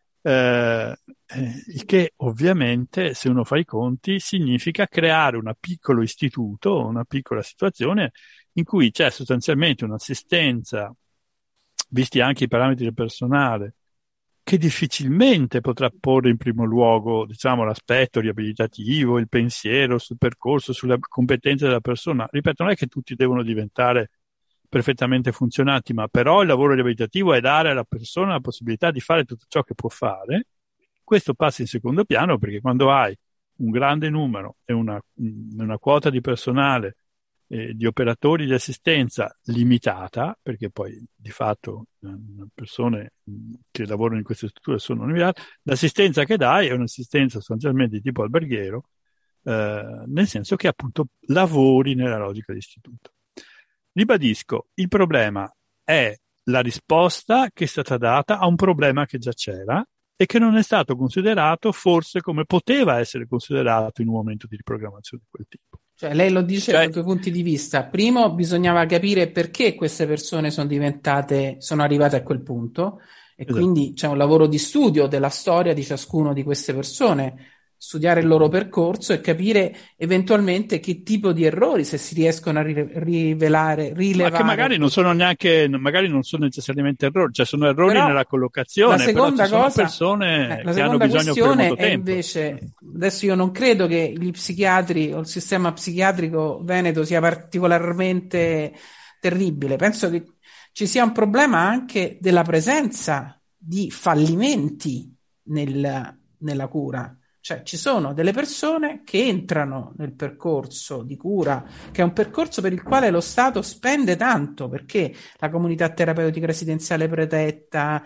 Il che ovviamente, se uno fa i conti, significa creare un piccolo istituto, una piccola situazione in cui c'è sostanzialmente un'assistenza, visti anche i parametri del personale, che difficilmente potrà porre in primo luogo, diciamo, l'aspetto riabilitativo, il pensiero sul percorso, sulle competenze della persona. Ripeto, non è che tutti devono diventare perfettamente funzionanti, ma però il lavoro riabilitativo è dare alla persona la possibilità di fare tutto ciò che può fare. Questo passa in secondo piano, perché quando hai un grande numero e una quota di personale di operatori di assistenza limitata, perché poi di fatto persone che lavorano in queste strutture sono limitate, l'assistenza che dai è un'assistenza sostanzialmente di tipo alberghiero, nel senso che appunto lavori nella logica di istituto. Ribadisco, il problema è la risposta che è stata data a un problema che già c'era e che non è stato considerato forse come poteva essere considerato in un momento di riprogrammazione di quel tipo. Cioè, lei lo dice da due punti di vista. Primo, bisognava capire perché queste persone sono arrivate a quel punto, e Esatto. quindi c'è un lavoro di studio della storia di ciascuno di queste persone, studiare il loro percorso e capire eventualmente che tipo di errori, se si riescono a rilevare. Ma che magari non sono necessariamente errori, cioè sono errori Però nella collocazione, però ci sono persone la che hanno seconda bisogno per questione molto è tempo. invece, adesso io non credo che gli psichiatri o il sistema psichiatrico veneto sia particolarmente terribile, penso che ci sia un problema anche della presenza di fallimenti nella cura. Cioè, ci sono delle persone che entrano nel percorso di cura, che è un percorso per il quale lo Stato spende tanto, perché la comunità terapeutica residenziale protetta,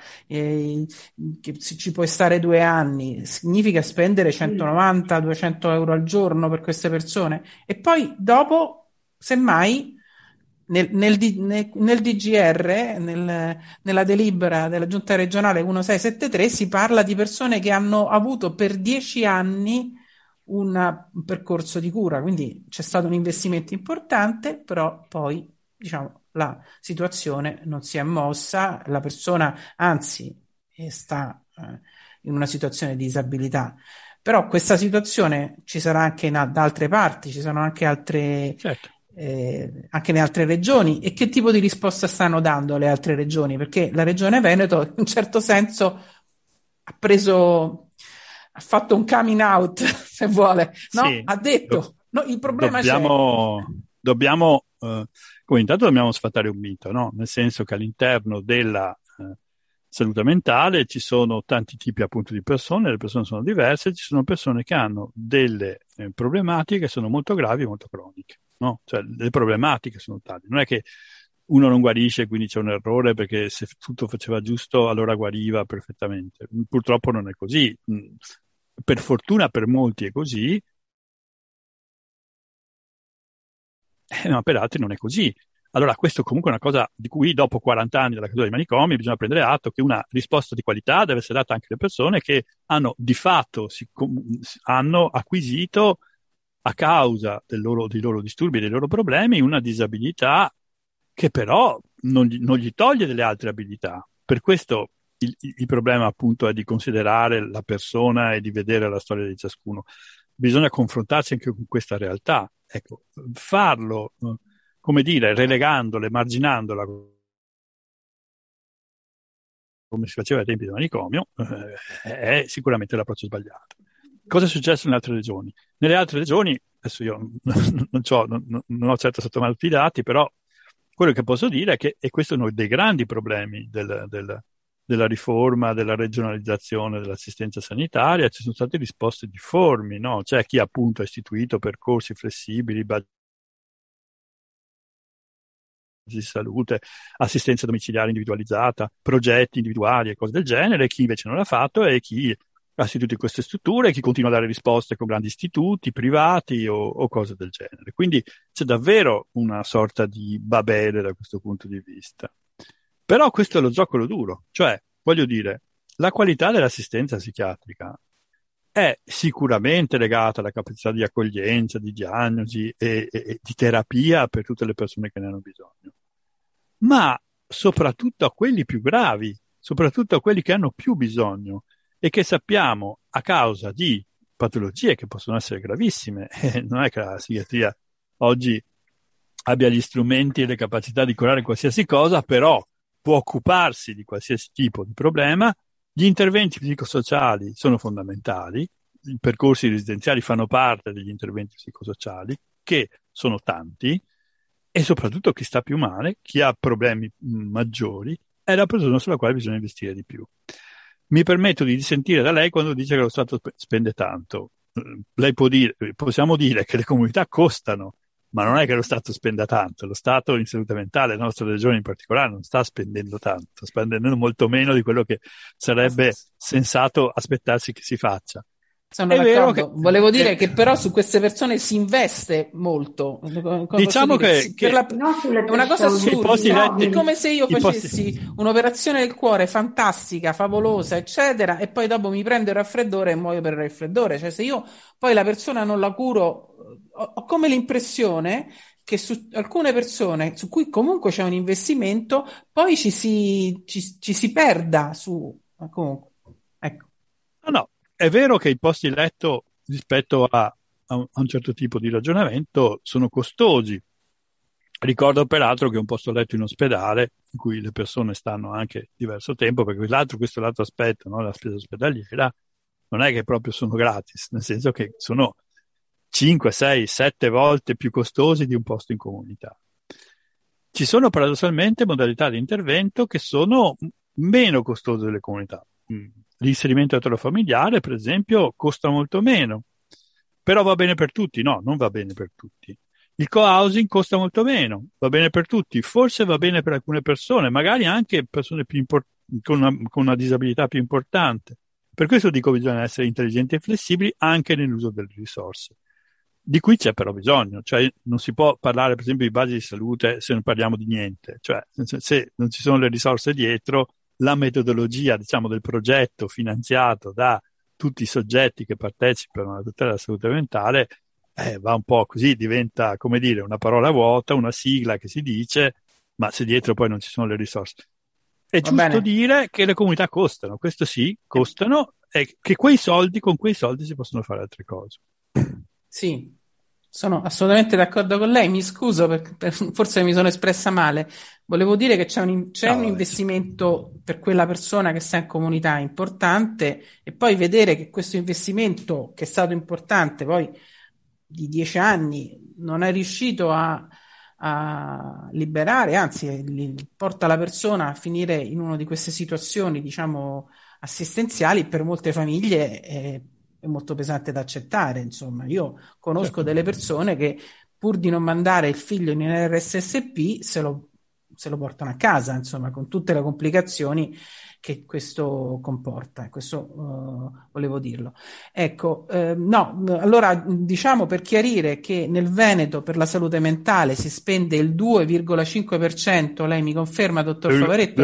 che ci puoi stare 2 anni, significa spendere 190-200 euro al giorno per queste persone. E poi dopo, semmai, nel DGR, nella delibera della Giunta regionale 1673, si parla di persone che hanno avuto per 10 anni un percorso di cura, quindi c'è stato un investimento importante, però poi, diciamo, la situazione non si è mossa, la persona anzi sta in una situazione di disabilità. Però questa situazione ci sarà anche da altre parti, ci sono anche Certo. anche nelle altre regioni. E che tipo di risposta stanno dando le altre regioni? Perché la regione Veneto, in un certo senso, ha fatto un coming out, se vuole, no? Sì, Ha detto, no, il problema c'è. Come intanto dobbiamo sfatare un mito, no? Nel senso che all'interno della salute mentale ci sono tanti tipi appunto di persone, le persone sono diverse, ci sono persone che hanno delle problematiche che sono molto gravi e molto croniche, no? Cioè le problematiche sono tali, non è che uno non guarisce, quindi c'è un errore, perché se tutto faceva giusto allora guariva perfettamente. Purtroppo non è così. Per fortuna per molti è così, ma per altri non è così. Allora questo comunque è una cosa di cui dopo 40 anni dalla caduta dei manicomi bisogna prendere atto, che una risposta di qualità deve essere data anche alle persone che hanno di fatto hanno acquisito, a causa dei loro disturbi e dei loro problemi, una disabilità che però non gli toglie delle altre abilità. Per questo il problema appunto è di considerare la persona e di vedere la storia di ciascuno. Bisogna confrontarsi anche con questa realtà. Ecco, farlo, come dire, relegandola, emarginandola, come si faceva ai tempi del manicomio, è sicuramente l'approccio sbagliato. Cosa è successo nelle altre regioni? Nelle altre regioni, adesso io non ho certo sotto mano tutti i dati, però quello che posso dire è che, e questo è uno dei grandi problemi della riforma, della regionalizzazione dell'assistenza sanitaria, ci sono state risposte difformi, no? C'è chi appunto ha istituito percorsi flessibili, di salute, assistenza domiciliare individualizzata, progetti individuali e cose del genere, chi invece non l'ha fatto e chi ha istituito queste strutture, chi continua a dare risposte con grandi istituti privati o cose del genere. Quindi c'è davvero una sorta di Babele da questo punto di vista. Però questo è lo zoccolo duro, cioè, voglio dire, la qualità dell'assistenza psichiatrica è sicuramente legata alla capacità di accoglienza, di diagnosi e di terapia per tutte le persone che ne hanno bisogno, ma soprattutto a quelli più gravi, soprattutto a quelli che hanno più bisogno e che sappiamo a causa di patologie che possono essere gravissime. Non è che la psichiatria oggi abbia gli strumenti e le capacità di curare qualsiasi cosa, però può occuparsi di qualsiasi tipo di problema. Gli interventi psicosociali sono fondamentali, i percorsi residenziali fanno parte degli interventi psicosociali, che sono tanti, e soprattutto chi sta più male, chi ha problemi maggiori, è la persona sulla quale bisogna investire di più. Mi permetto di dissentire da lei quando dice che lo Stato spende tanto. Lei può dire, possiamo dire che le comunità costano, ma non è che lo Stato spenda tanto, lo Stato in salute mentale, la nostra regione in particolare, non sta spendendo tanto, sta spendendo molto meno di quello che sarebbe sensato aspettarsi che si faccia. Sono È vero che... d'accordo. Volevo dire che però su queste persone si investe molto. Come posso Diciamo dire? che Non sulle È una cosa persone, i posti assurda. letti, È come se io i posti... facessi un'operazione del cuore fantastica, favolosa, eccetera, e poi dopo mi prendo il raffreddore e muoio per il raffreddore. Cioè, se io poi la persona non la curo, ho come l'impressione che su alcune persone su cui comunque c'è un investimento, poi ci si perda su. Comunque, ecco. No, è vero che i posti letto rispetto a un certo tipo di ragionamento sono costosi. Ricordo peraltro che un posto letto in ospedale, in cui le persone stanno anche diverso tempo, perché questo è l'altro aspetto, no? La spesa ospedaliera, non è che proprio sono gratis, nel senso che sono 5, 6, 7 volte più costosi di un posto in comunità. Ci sono paradossalmente modalità di intervento che sono meno costose delle comunità. L'inserimento eterofamiliare, per esempio, costa molto meno, però va bene per tutti? No, non va bene per tutti. Il co-housing costa molto meno, va bene per tutti, forse va bene per alcune persone, magari anche persone con una disabilità più importante. Per questo dico che bisogna essere intelligenti e flessibili anche nell'uso delle risorse, di cui c'è però bisogno. Cioè non si può parlare per esempio di base di salute se non parliamo di niente, cioè se non ci sono le risorse dietro, la metodologia, diciamo, del progetto finanziato da tutti i soggetti che partecipano alla tutela della salute mentale va un po' così, diventa, come dire, una parola vuota, una sigla che si dice, ma se dietro poi non ci sono le risorse. È giusto dire che le comunità costano, questo sì, costano, e che con quei soldi si possono fare altre cose. Sì, sono assolutamente d'accordo con lei. Mi scuso, forse mi sono espressa male. Volevo dire che c'è un investimento per quella persona che sta in comunità importante, e poi vedere che questo investimento, che è stato importante, poi di 10 anni, non è riuscito a liberare, anzi, porta la persona a finire in una di queste situazioni, diciamo, assistenziali. Per molte famiglie è molto pesante da accettare. Insomma, io conosco delle persone che, pur di non mandare il figlio in RSSP, se lo portano a casa, insomma, con tutte le complicazioni che questo comporta. Questo volevo dirlo. Ecco, no, allora diciamo, per chiarire, che nel Veneto per la salute mentale si spende il 2,5%, lei mi conferma, dottor Favaretto?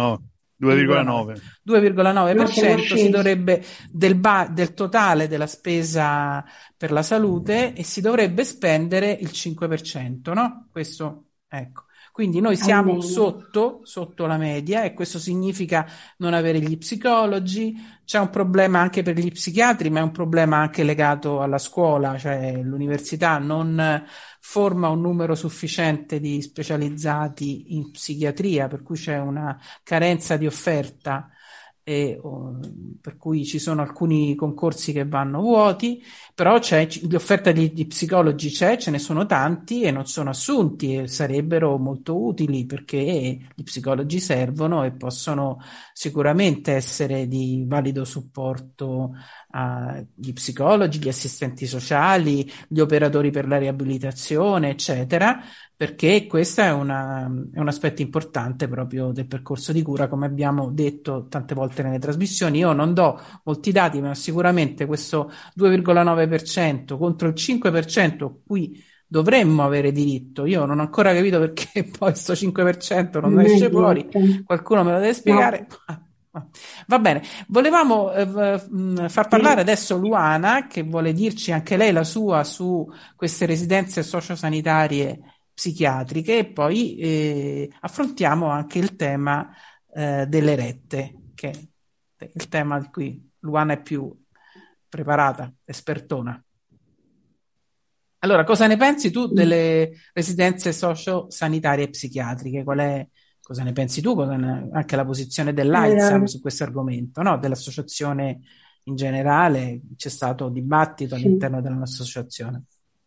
2,9% si dovrebbe del totale della spesa per la salute, e si dovrebbe spendere il 5%, no? Questo, ecco. Quindi noi siamo sotto la media, e questo significa non avere gli psicologi. C'è un problema anche per gli psichiatri, ma è un problema anche legato alla scuola, cioè l'università non forma un numero sufficiente di specializzati in psichiatria, per cui c'è una carenza di offerta, per cui ci sono alcuni concorsi che vanno vuoti, però c'è l'offerta di psicologi, ce ne sono tanti e non sono assunti, e sarebbero molto utili, perché gli psicologi servono e possono sicuramente essere di valido supporto agli psicologi, gli assistenti sociali, gli operatori per la riabilitazione, eccetera, perché questo è un aspetto importante proprio del percorso di cura, come abbiamo detto tante volte nelle trasmissioni. Io non do molti dati, ma sicuramente questo 2,9% contro il 5% a cui dovremmo avere diritto. Io non ho ancora capito perché poi sto 5% non esce fuori, qualcuno me lo deve spiegare. No. Va bene, volevamo far parlare adesso Luana, che vuole dirci anche lei la sua su queste residenze sociosanitarie psichiatriche, e poi affrontiamo anche il tema delle rette, che è il tema di cui Luana è più preparata, espertona. Allora, cosa ne pensi tu delle residenze sociosanitarie psichiatriche? Cosa ne pensi tu? Anche la posizione dell'AIDSAM su questo argomento, no? Dell'associazione in generale, c'è stato dibattito all'interno della nostra associazione.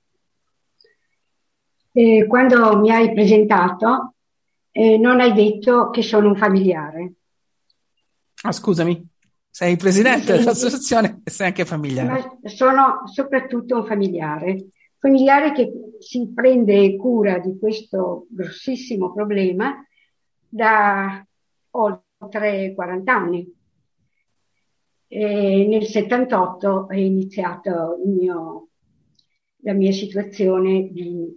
Quando mi hai presentato, non hai detto che sono un familiare. Ah, scusami, sei presidente dell'associazione e sei anche familiare. Ma sono soprattutto un familiare. familiare che si prende cura di questo grossissimo problema da oltre 40 anni. E nel 78 è iniziata la mia situazione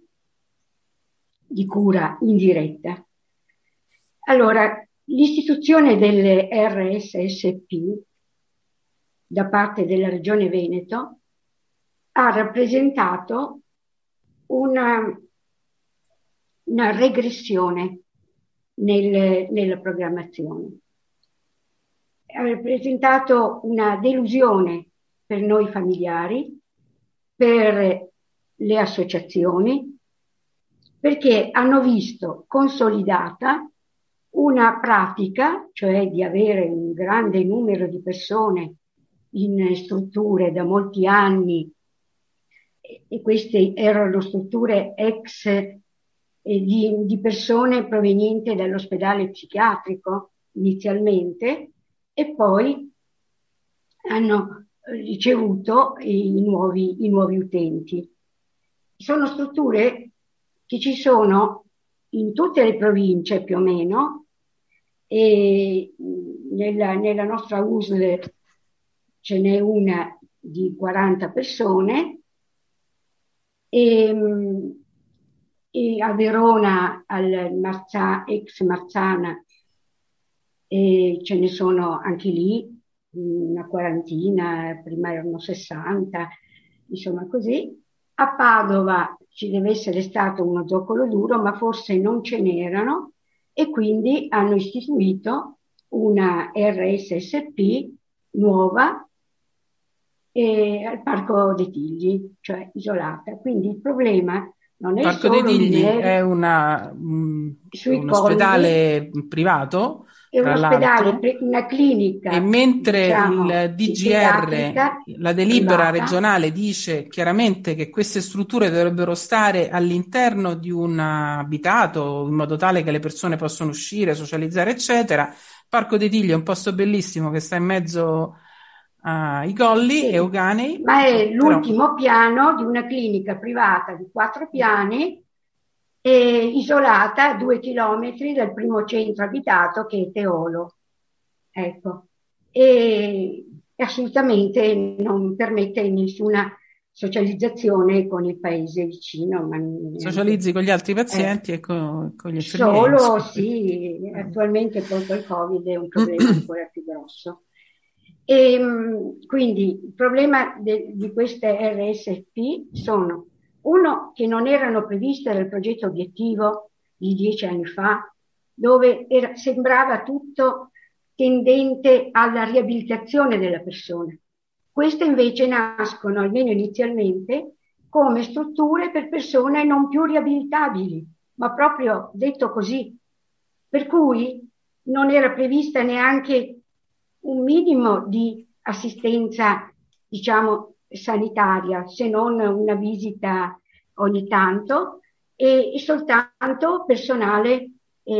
di cura indiretta. Allora, l'istituzione delle RSSP da parte della Regione Veneto ha rappresentato una regressione nella programmazione. Ha rappresentato una delusione per noi familiari, per le associazioni, perché hanno visto consolidata una pratica, cioè di avere un grande numero di persone in strutture da molti anni, e queste erano strutture di persone provenienti dall'ospedale psichiatrico inizialmente, e poi hanno ricevuto i nuovi utenti. Sono strutture che ci sono in tutte le province più o meno, e nella nostra USL ce n'è una di 40 persone, e a Verona, ex Marzana, ce ne sono anche lì una quarantina, prima erano 60, insomma così. A Padova ci deve essere stato uno zoccolo duro, ma forse non ce n'erano, e quindi hanno istituito una RSSP nuova al Parco dei Tigli, cioè isolata. Quindi il problema non è Parco solo dei Tigli numerico, è un ospedale privato, è un tra ospedale, l'altro, una clinica, e mentre diciamo, il DGR, psichiatrica la delibera privata. regionale, dice chiaramente che queste strutture dovrebbero stare all'interno di un abitato, in modo tale che le persone possano uscire, socializzare, eccetera. Parco dei Tigli è un posto bellissimo che sta in mezzo ai colli Sì, euganei, ma è però l'ultimo piano di una clinica privata di 4 piani, isolata a 2 chilometri dal primo centro abitato, che è Teolo. Ecco. E assolutamente non permette nessuna socializzazione con il paese vicino, ma neanche, socializzi con gli altri pazienti e con gli infermieri, solo, insomma. sì, attualmente poi col Covid è un problema ancora più grosso. E quindi il problema di queste RSP sono, uno, che non erano previste dal progetto obiettivo di 10 anni fa, dove sembrava tutto tendente alla riabilitazione della persona. Queste invece nascono, almeno inizialmente, come strutture per persone non più riabilitabili, ma proprio detto così. Per cui non era prevista neanche un minimo di assistenza, diciamo, sanitaria, se non una visita ogni tanto, e soltanto personale,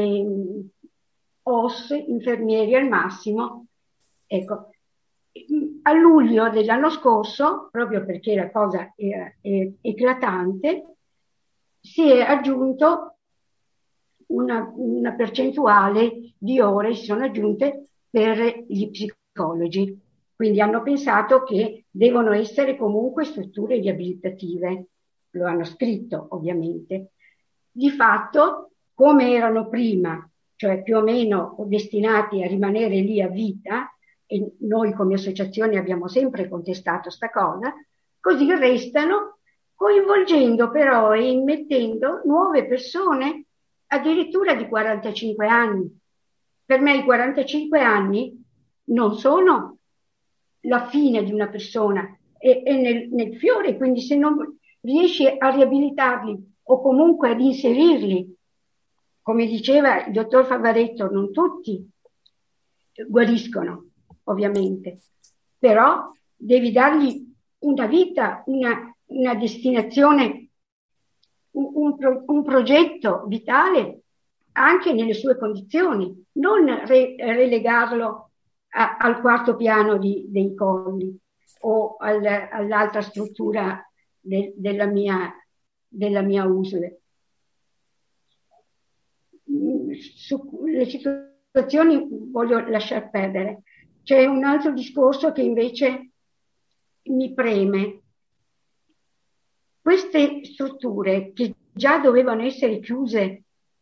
OS, infermieri al massimo. Ecco, a luglio dell'anno scorso, proprio perché la cosa era eclatante, si è aggiunto una percentuale di ore, si sono aggiunte per gli psicologi. Quindi hanno pensato che devono essere comunque strutture riabilitative. Lo hanno scritto, ovviamente. Di fatto, come erano prima, cioè più o meno destinati a rimanere lì a vita, e noi come associazione abbiamo sempre contestato sta cosa, così restano, coinvolgendo però e immettendo nuove persone addirittura di 45 anni. Per me i 45 anni non sono la fine di una persona, è nel fiore, quindi se non riesci a riabilitarli o comunque ad inserirli, come diceva il dottor Favaretto, non tutti guariscono, ovviamente, però devi dargli una vita, una destinazione, un progetto vitale anche nelle sue condizioni, non relegarlo al quarto piano dei colli o all'altra struttura della mia USL. Sulle situazioni voglio lasciar perdere. C'è un altro discorso che invece mi preme. Queste strutture che già dovevano essere chiuse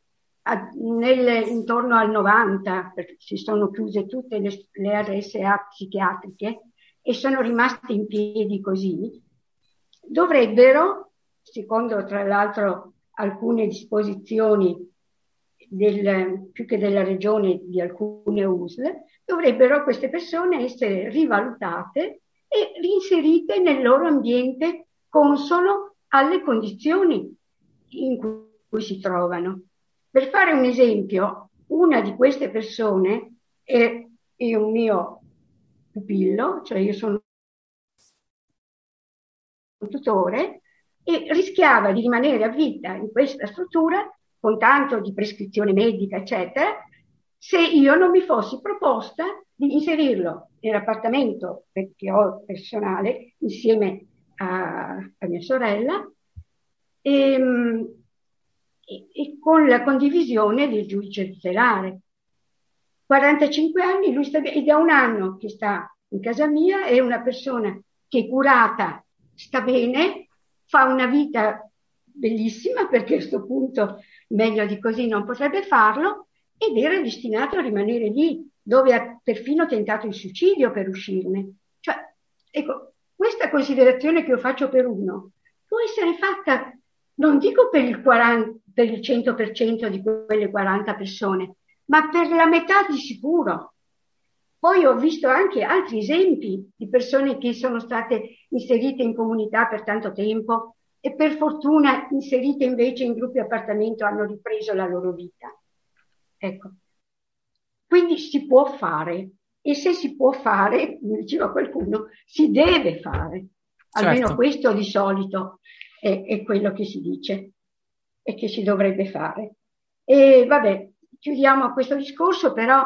intorno al 90, perché si sono chiuse tutte le RSA psichiatriche e sono rimaste in piedi così, dovrebbero, secondo tra l'altro alcune disposizioni più che della regione, di alcune USL, dovrebbero queste persone essere rivalutate e reinserite nel loro ambiente consono alle condizioni in cui si trovano. Per fare un esempio, una di queste persone è un mio pupillo, cioè io sono un tutore, e rischiava di rimanere a vita in questa struttura con tanto di prescrizione medica, eccetera, se io non mi fossi proposta di inserirlo nell'appartamento che ho personale insieme a mia sorella e con la condivisione del giudice tutelare. 45 anni, lui è da un anno che sta in casa mia, è una persona che è curata, sta bene, fa una vita bellissima, perché a questo punto meglio di così non potrebbe farlo, ed era destinato a rimanere lì, dove ha perfino tentato il suicidio per uscirne. Cioè, ecco, questa considerazione che io faccio per uno può essere fatta, non dico per il 100% di quelle 40 persone, ma per la metà di sicuro. Poi ho visto anche altri esempi di persone che sono state inserite in comunità per tanto tempo e per fortuna inserite invece in gruppi appartamento hanno ripreso la loro vita. Ecco. Quindi si può fare, e se si può fare, come diceva qualcuno, si deve fare. Almeno certo. Questo di solito è quello che si dice e che si dovrebbe fare. E vabbè, chiudiamo questo discorso, però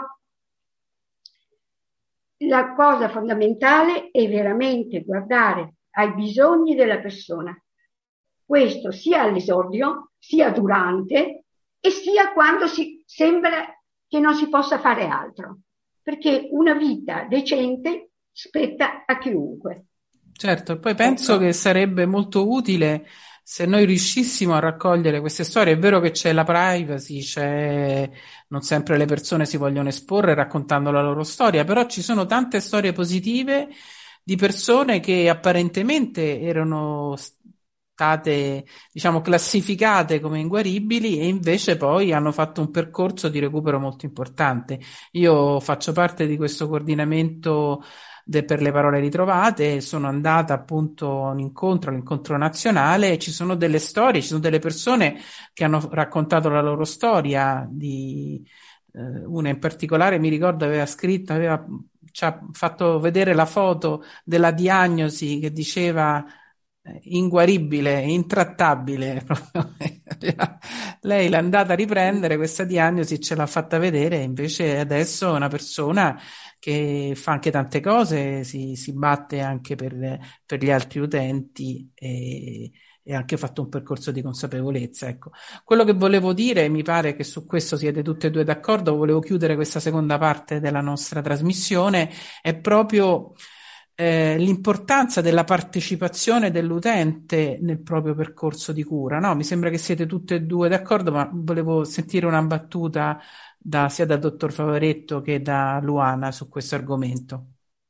la cosa fondamentale è veramente guardare ai bisogni della persona. Questo sia all'esordio, sia durante e sia quando sembra che non si possa fare altro. Perché una vita decente spetta a chiunque. Certo, poi penso che sarebbe molto utile se noi riuscissimo a raccogliere queste storie. È vero che c'è la privacy, non sempre le persone si vogliono esporre raccontando la loro storia, però ci sono tante storie positive di persone che apparentemente erano state, diciamo, classificate come inguaribili e invece poi hanno fatto un percorso di recupero molto importante. Io faccio parte di questo coordinamento per le parole ritrovate, sono andata appunto a un incontro, all'incontro nazionale, e ci sono delle storie, ci sono delle persone che hanno raccontato la loro storia, una in particolare mi ricordo ci ha fatto vedere la foto della diagnosi che diceva inguaribile, intrattabile. Lei l'è andata a riprendere questa diagnosi, ce l'ha fatta vedere, invece adesso è una persona che fa anche tante cose, si batte anche per gli altri utenti e ha anche fatto un percorso di consapevolezza. Ecco. Quello che volevo dire, mi pare che su questo siete tutte e due d'accordo, volevo chiudere questa seconda parte della nostra trasmissione, è proprio l'importanza della partecipazione dell'utente nel proprio percorso di cura, no? Mi sembra che siete tutte e due d'accordo, ma volevo sentire una battuta sia dal dottor Favaretto che da Luana su questo argomento.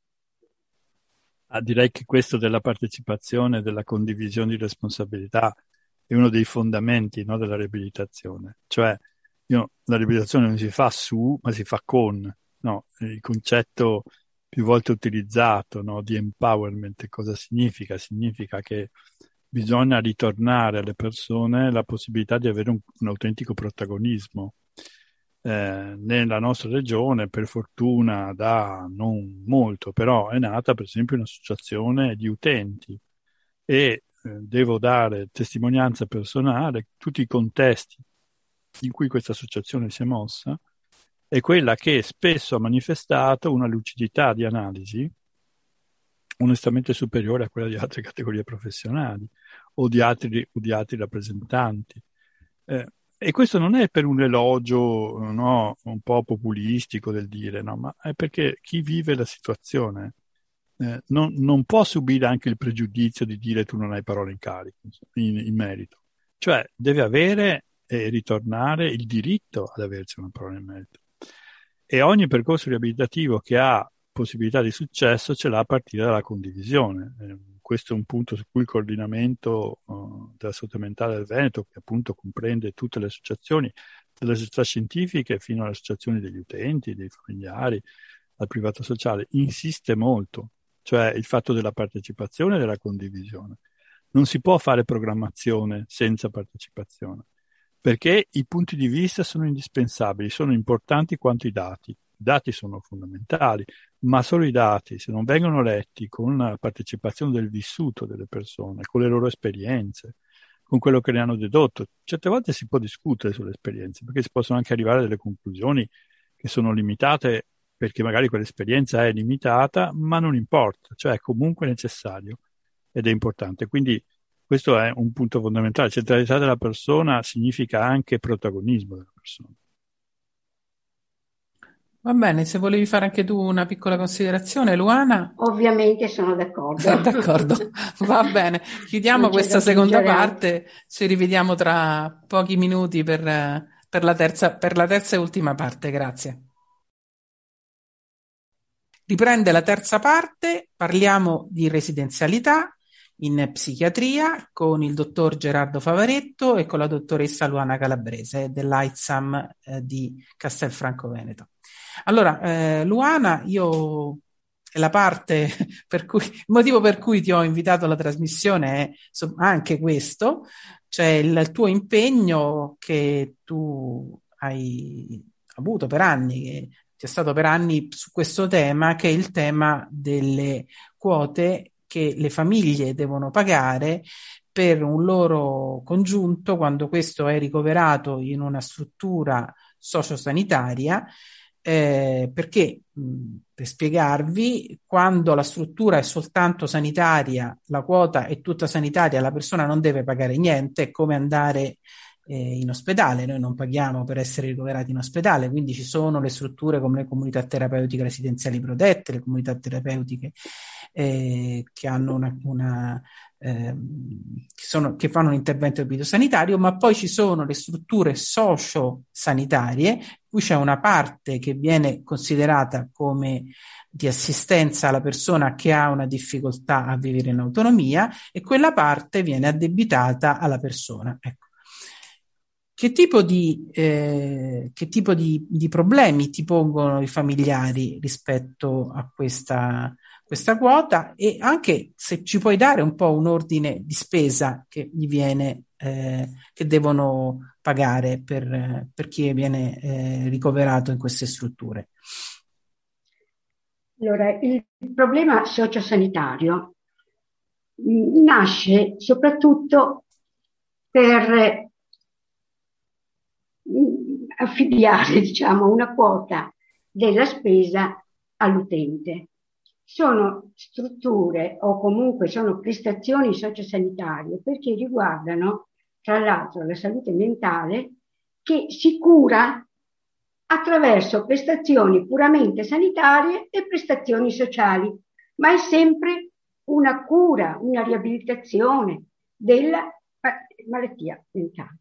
Direi che questo della partecipazione, della condivisione di responsabilità è uno dei fondamenti, no, della riabilitazione. Cioè, la riabilitazione non si fa su, ma si fa con, no? Il concetto più volte utilizzato, no, di empowerment, cosa significa? Significa che bisogna ritornare alle persone la possibilità di avere un autentico protagonismo. Nella nostra regione, per fortuna da non molto, però è nata per esempio un'associazione di utenti e devo dare testimonianza personale, tutti i contesti in cui questa associazione si è mossa è quella che spesso ha manifestato una lucidità di analisi onestamente superiore a quella di altre categorie professionali. o di altri rappresentanti. E questo non è per un elogio, no, un po' populistico del dire, no, ma è perché chi vive la situazione non può subire anche il pregiudizio di dire tu non hai parole in carico, in merito. Cioè deve avere e ritornare il diritto ad aversi una parola in merito. E ogni percorso riabilitativo che ha possibilità di successo ce l'ha a partire dalla condivisione. Questo è un punto su cui il coordinamento della salute mentale del Veneto, che appunto comprende tutte le associazioni, dalle società scientifiche fino alle associazioni degli utenti, dei familiari, al privato sociale, insiste molto, cioè il fatto della partecipazione e della condivisione. Non si può fare programmazione senza partecipazione, perché i punti di vista sono indispensabili, sono importanti quanto i dati. I dati sono fondamentali, ma solo i dati, se non vengono letti con la partecipazione del vissuto delle persone, con le loro esperienze, con quello che ne hanno dedotto, certe volte si può discutere sulle esperienze, perché si possono anche arrivare a delle conclusioni che sono limitate, perché magari quell'esperienza è limitata, ma non importa, cioè è comunque necessario ed è importante. Quindi questo è un punto fondamentale. Centralità della persona significa anche protagonismo della persona. Va bene, se volevi fare anche tu una piccola considerazione, Luana. Ovviamente sono d'accordo. D'accordo, va bene. Chiudiamo questa seconda parte, ci rivediamo tra pochi minuti per la terza e ultima parte. Grazie. Riprende la terza parte, parliamo di residenzialità in psichiatria con il dottor Gerardo Favaretto e con la dottoressa Luana Calabrese dell'AIDSAM di Castelfranco Veneto. Allora, Luana, la parte il motivo per cui ti ho invitato alla trasmissione è anche questo, cioè il tuo impegno che tu hai avuto per anni, che c'è stato per anni su questo tema, che è il tema delle quote che le famiglie devono pagare per un loro congiunto quando questo è ricoverato in una struttura sociosanitaria, perché per spiegarvi, quando la struttura è soltanto sanitaria, la quota è tutta sanitaria, la persona non deve pagare niente, è come andare in ospedale. Noi non paghiamo per essere ricoverati in ospedale, quindi ci sono le strutture come le comunità terapeutiche residenziali protette, le comunità terapeutiche che hanno che fanno un intervento sanitario, ma poi ci sono le strutture socio-sanitarie, cui c'è una parte che viene considerata come di assistenza alla persona che ha una difficoltà a vivere in autonomia, e quella parte viene addebitata alla persona. Ecco. Che tipo di problemi ti pongono i familiari rispetto a questa quota, e anche se ci puoi dare un po' un ordine di spesa che gli viene, che devono pagare per chi viene ricoverato in queste strutture? Allora, il problema sociosanitario nasce soprattutto per affibbiare, diciamo, una quota della spesa all'utente. Sono strutture o comunque sono prestazioni sociosanitarie perché riguardano, tra l'altro, la salute mentale, che si cura attraverso prestazioni puramente sanitarie e prestazioni sociali, ma è sempre una cura, una riabilitazione della malattia mentale.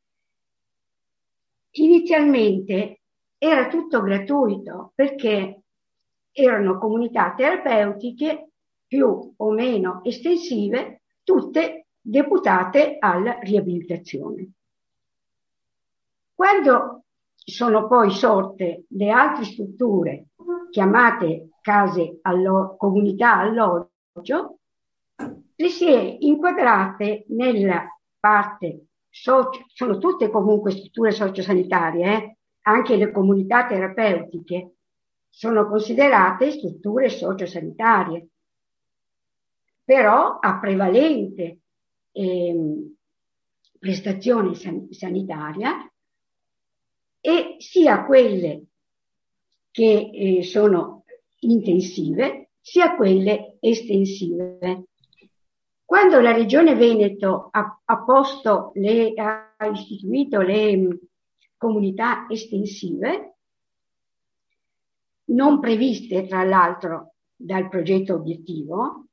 Inizialmente era tutto gratuito perché erano comunità terapeutiche più o meno estensive, tutte deputate alla riabilitazione. Quando sono poi sorte le altre strutture chiamate case comunità alloggio, le si è inquadrate nella parte sono tutte comunque strutture sociosanitarie, anche le comunità terapeutiche sono considerate strutture sociosanitarie, però a prevalente prestazione sanitaria, e sia quelle che sono intensive sia quelle estensive. Quando la Regione Veneto ha istituito le comunità estensive, non previste tra l'altro dal progetto obiettivo,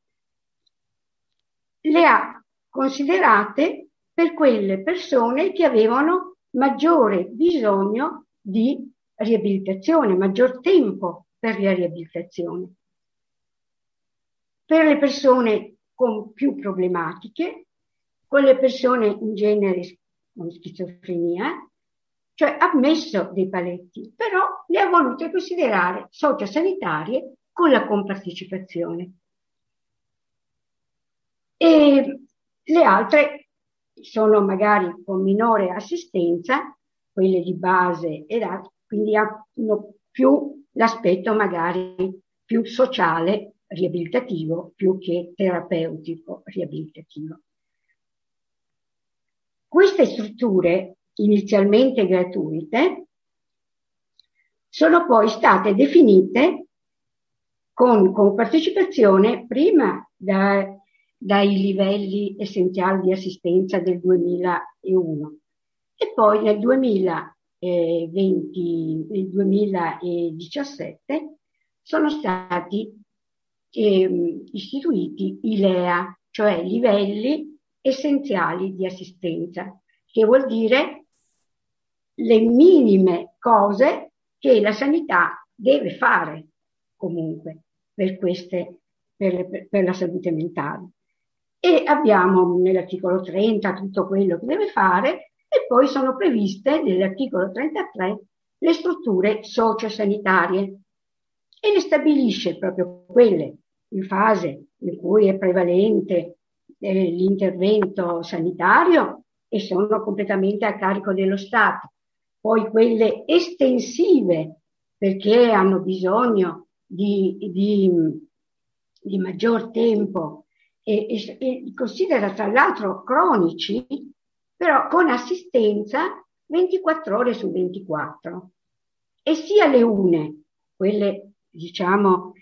le ha considerate per quelle persone che avevano maggiore bisogno di riabilitazione, maggior tempo per la riabilitazione. Per le persone con più problematiche, con le persone in genere con schizofrenia, cioè ha messo dei paletti, però le ha volute considerare sociosanitarie con la compartecipazione. E le altre sono magari con minore assistenza, quelle di base, quindi hanno più l'aspetto magari più sociale riabilitativo più che terapeutico riabilitativo. Queste strutture, inizialmente gratuite, sono poi state definite con partecipazione prima dai livelli essenziali di assistenza del 2001 e poi nel 2017 sono stati istituiti i LEA, cioè livelli essenziali di assistenza, che vuol dire le minime cose che la sanità deve fare comunque per la salute mentale. E abbiamo nell'articolo 30 tutto quello che deve fare e poi sono previste nell'articolo 33 le strutture sociosanitarie e le stabilisce proprio quelle in fase in cui è prevalente l'intervento sanitario e sono completamente a carico dello Stato. Poi quelle estensive perché hanno bisogno di maggior tempo e considera tra l'altro cronici, però con assistenza 24 ore su 24. E sia le une, quelle diciamo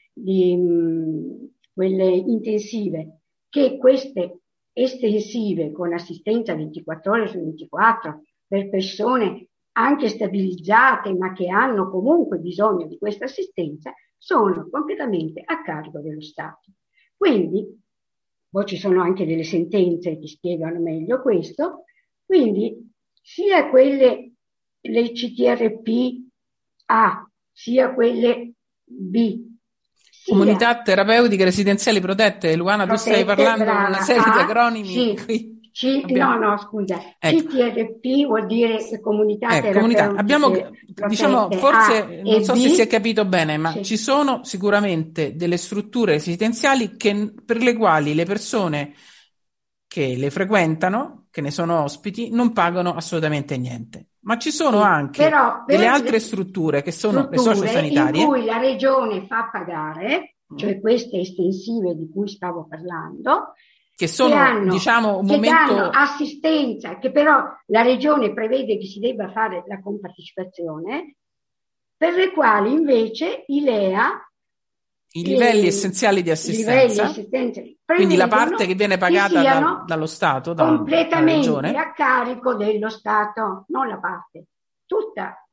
quelle intensive, che queste estensive con assistenza 24 ore su 24 per persone anche stabilizzate ma che hanno comunque bisogno di questa assistenza, sono completamente a carico dello Stato. Quindi, poi ci sono anche delle sentenze che spiegano meglio questo, quindi sia quelle, le CTRP A, sia quelle B, comunità terapeutiche residenziali protette. Luana, tu stai parlando di una serie di acronimi. Sì. No, scusa. Ecco. CTRP vuol dire comunità terapeutiche. Abbiamo, diciamo, forse non so se si è capito bene, ma ci sono sicuramente delle strutture residenziali per le quali le persone che le frequentano, che ne sono ospiti, non pagano assolutamente niente. Ma ci sono anche delle altre strutture che sono le sociosanitarie in cui la regione fa pagare, cioè queste estensive di cui stavo parlando, che sono, diciamo, un momento... danno assistenza, che però la regione prevede che si debba fare la compartecipazione, per le quali invece i LEA, i livelli essenziali di assistenza, quindi la parte che viene pagata dallo Stato, completamente a carico dello Stato, non la parte, tutta.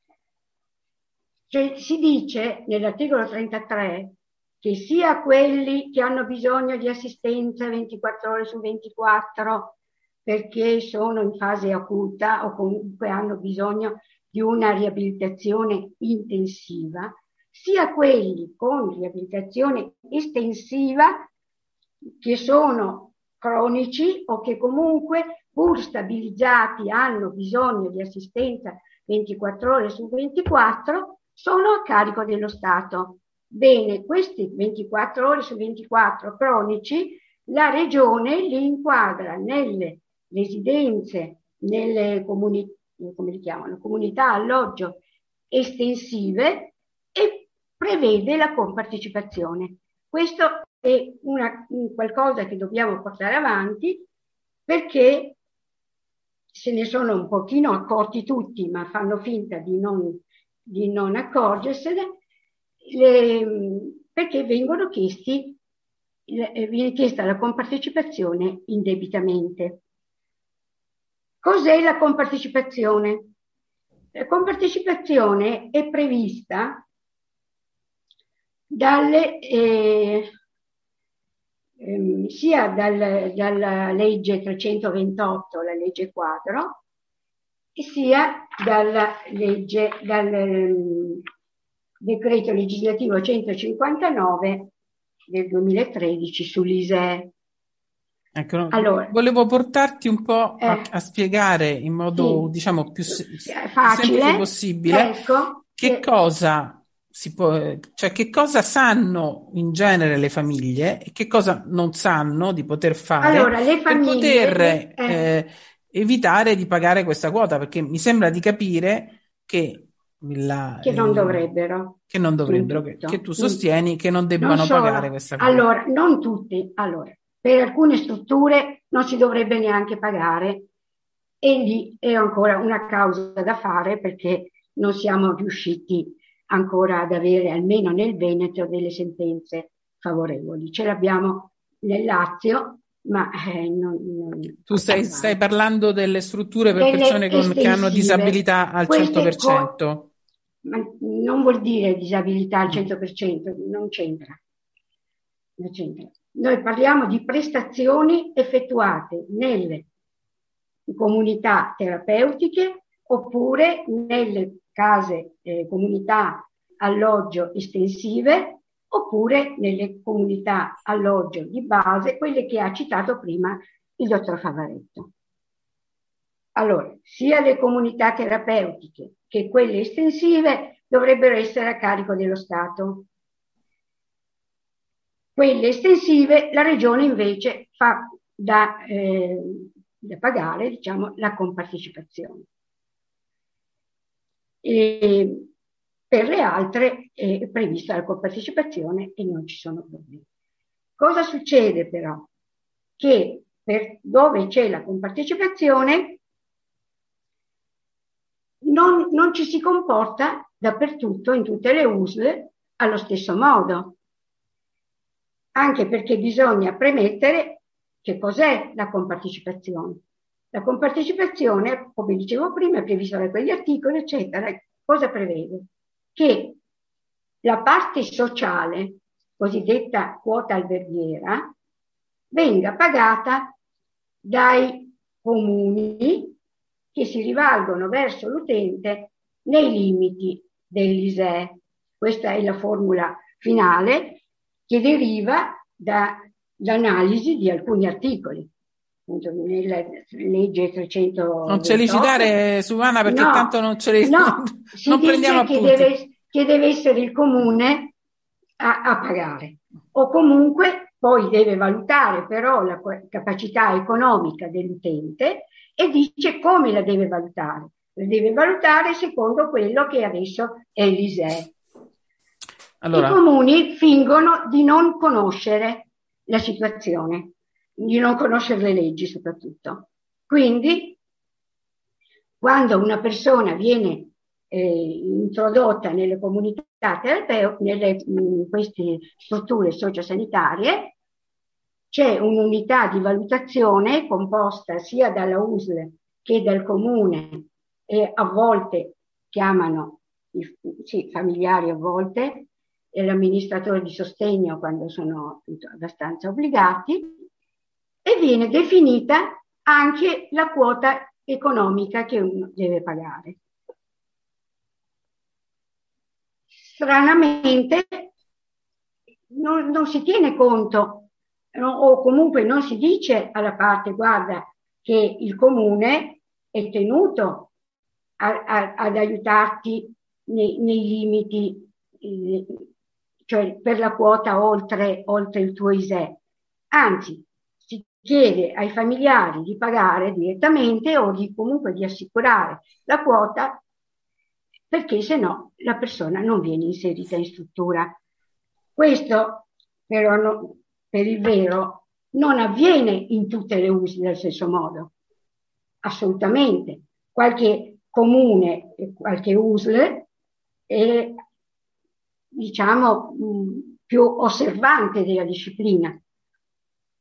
Cioè, si dice nell'articolo 33 che sia quelli che hanno bisogno di assistenza 24 ore su 24 perché sono in fase acuta o comunque hanno bisogno di una riabilitazione intensiva, sia quelli con riabilitazione estensiva che sono cronici o che comunque pur stabilizzati hanno bisogno di assistenza 24 ore su 24 sono a carico dello Stato. Bene, questi 24 ore su 24 cronici la regione li inquadra nelle residenze, nelle come li chiamano, comunità alloggio estensive e prevede la compartecipazione. Questo è qualcosa che dobbiamo portare avanti perché se ne sono un pochino accorti tutti, ma fanno finta di non accorgersene, perché vengono chiesti viene chiesta la compartecipazione indebitamente. Cos'è la compartecipazione? La compartecipazione è prevista sia dalla legge 328, la legge quadro, sia dal decreto legislativo 159 del 2013 sull'ISEE. Ecco, Allora, volevo portarti un po' a spiegare in modo, sì, diciamo, più facile, semplice possibile ecco, che cosa cioè che cosa sanno in genere le famiglie e che cosa non sanno di poter fare allora, le per famiglie, poter evitare di pagare questa quota, perché mi sembra di capire che che non dovrebbero, che tu sostieni che non non debbano pagare solo, questa quota. allora, non tutti, allora, per alcune strutture non si dovrebbe neanche pagare e lì è ancora una causa da fare perché non siamo riusciti ancora ad avere, almeno nel Veneto, delle sentenze favorevoli. Ce l'abbiamo nel Lazio, ma tu stai parlando delle strutture per delle persone che hanno estensive. disabilità al Queste 100%. ma non vuol dire disabilità al 100%, non c'entra. Non c'entra. Noi parliamo di prestazioni effettuate nelle comunità terapeutiche oppure nelle case comunità alloggio estensive oppure nelle comunità alloggio di base, quelle che ha citato prima il dottor Favaretto. Allora, sia le comunità terapeutiche che quelle estensive dovrebbero essere a carico dello Stato. Quelle estensive la Regione invece fa da pagare, diciamo, la compartecipazione. E per le altre è prevista la compartecipazione e non ci sono problemi. Cosa succede però? Che dove c'è la compartecipazione non ci si comporta dappertutto, in tutte le USL, allo stesso modo. Anche perché bisogna premettere che cos'è la compartecipazione. La compartecipazione, come dicevo prima, è prevista da quegli articoli, eccetera. Cosa prevede? Che la parte sociale, cosiddetta quota alberghiera, venga pagata dai comuni che si rivalgono verso l'utente nei limiti dell'ISEE. Questa è la formula finale che deriva dall'analisi di alcuni articoli. Appunto, nella legge 328. Non ce li citare, Susanna, perché no, tanto non ce li no, non prendiamo appunti. Che deve essere il comune a pagare. O comunque poi deve valutare però la capacità economica dell'utente e dice come la deve valutare. La deve valutare secondo quello che adesso è l'ISEE. Allora, i comuni fingono di non conoscere la situazione, di non conoscere le leggi soprattutto. Quindi, quando una persona viene introdotta nelle comunità terapeutiche, in queste strutture sociosanitarie, c'è un'unità di valutazione composta sia dalla USL che dal comune e a volte chiamano familiari, a volte e l'amministratore di sostegno quando sono abbastanza obbligati, e viene definita anche la quota economica che uno deve pagare. Stranamente non si tiene conto, o comunque non si dice alla parte: guarda che il comune è tenuto ad aiutarti nei limiti, cioè per la quota oltre il tuo ISEE. Anzi, si chiede ai familiari di pagare direttamente o comunque di assicurare la quota, perché se no la persona non viene inserita in struttura. Questo però per il vero non avviene in tutte le USL allo stesso modo, assolutamente. Qualche comune e qualche USL è, diciamo, più osservante della disciplina,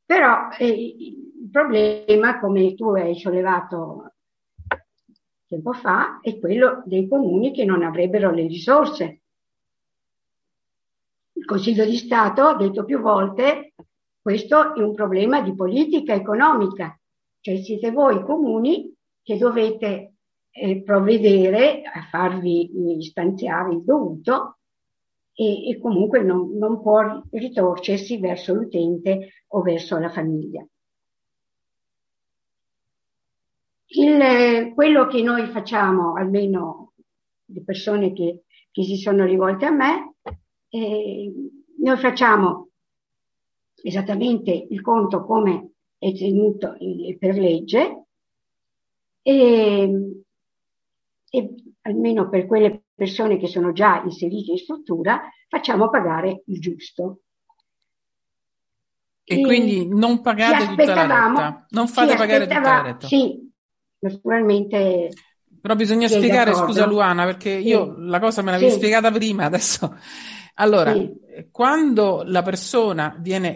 Però il problema, come tu hai sollevato tempo fa, è quello dei comuni che non avrebbero le risorse. Il Consiglio di Stato ha detto più volte: questo è un problema di politica economica, cioè siete voi comuni che dovete provvedere a farvi stanziare il dovuto e comunque non può ritorcersi verso l'utente o verso la famiglia. Quello che noi facciamo, almeno le persone che si sono rivolte a me, noi facciamo esattamente il conto come è tenuto per legge e almeno per quelle persone che sono già inserite in struttura facciamo pagare il giusto. E quindi non pagate tutta la retta, non fate pagare tutta la retta. Sì, naturalmente. Però bisogna spiegare, scusa Luana, perché io la cosa me l'avevi spiegata prima, adesso. Allora, quando la persona viene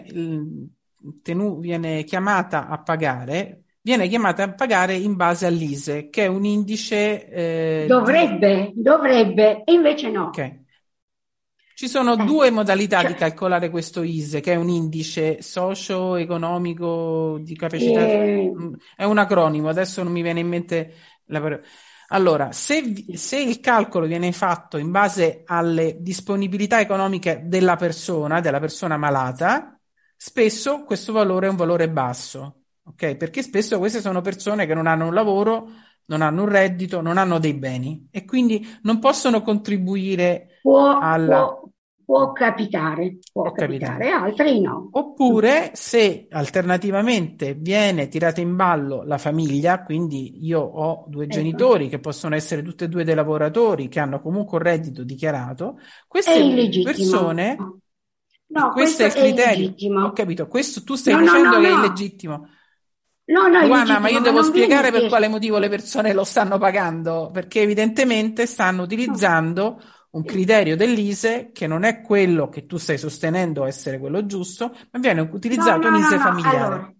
chiamata a pagare, viene chiamata a pagare in base all'ISEE, che è un indice... Dovrebbe, e invece no. Ok. Ci sono due modalità di calcolare questo ISEE, che è un indice socio-economico di capacità... È un acronimo, adesso non mi viene in mente la parola. Allora, se il calcolo viene fatto in base alle disponibilità economiche della persona malata, spesso questo valore è un valore basso, ok? Perché spesso queste sono persone che non hanno un lavoro, non hanno un reddito, non hanno dei beni e quindi non possono contribuire Può capitare, altri no. Oppure se alternativamente viene tirata in ballo la famiglia, quindi io ho due genitori che possono essere tutti e due dei lavoratori che hanno comunque un reddito dichiarato, queste persone, questo è il criterio. Ho capito, questo tu stai dicendo che è illegittimo. No, Luana, ma io devo spiegare per quale motivo le persone lo stanno pagando, perché evidentemente stanno utilizzando un criterio dell'ISEE che non è quello che tu stai sostenendo essere quello giusto, ma viene utilizzato un ISEE familiare.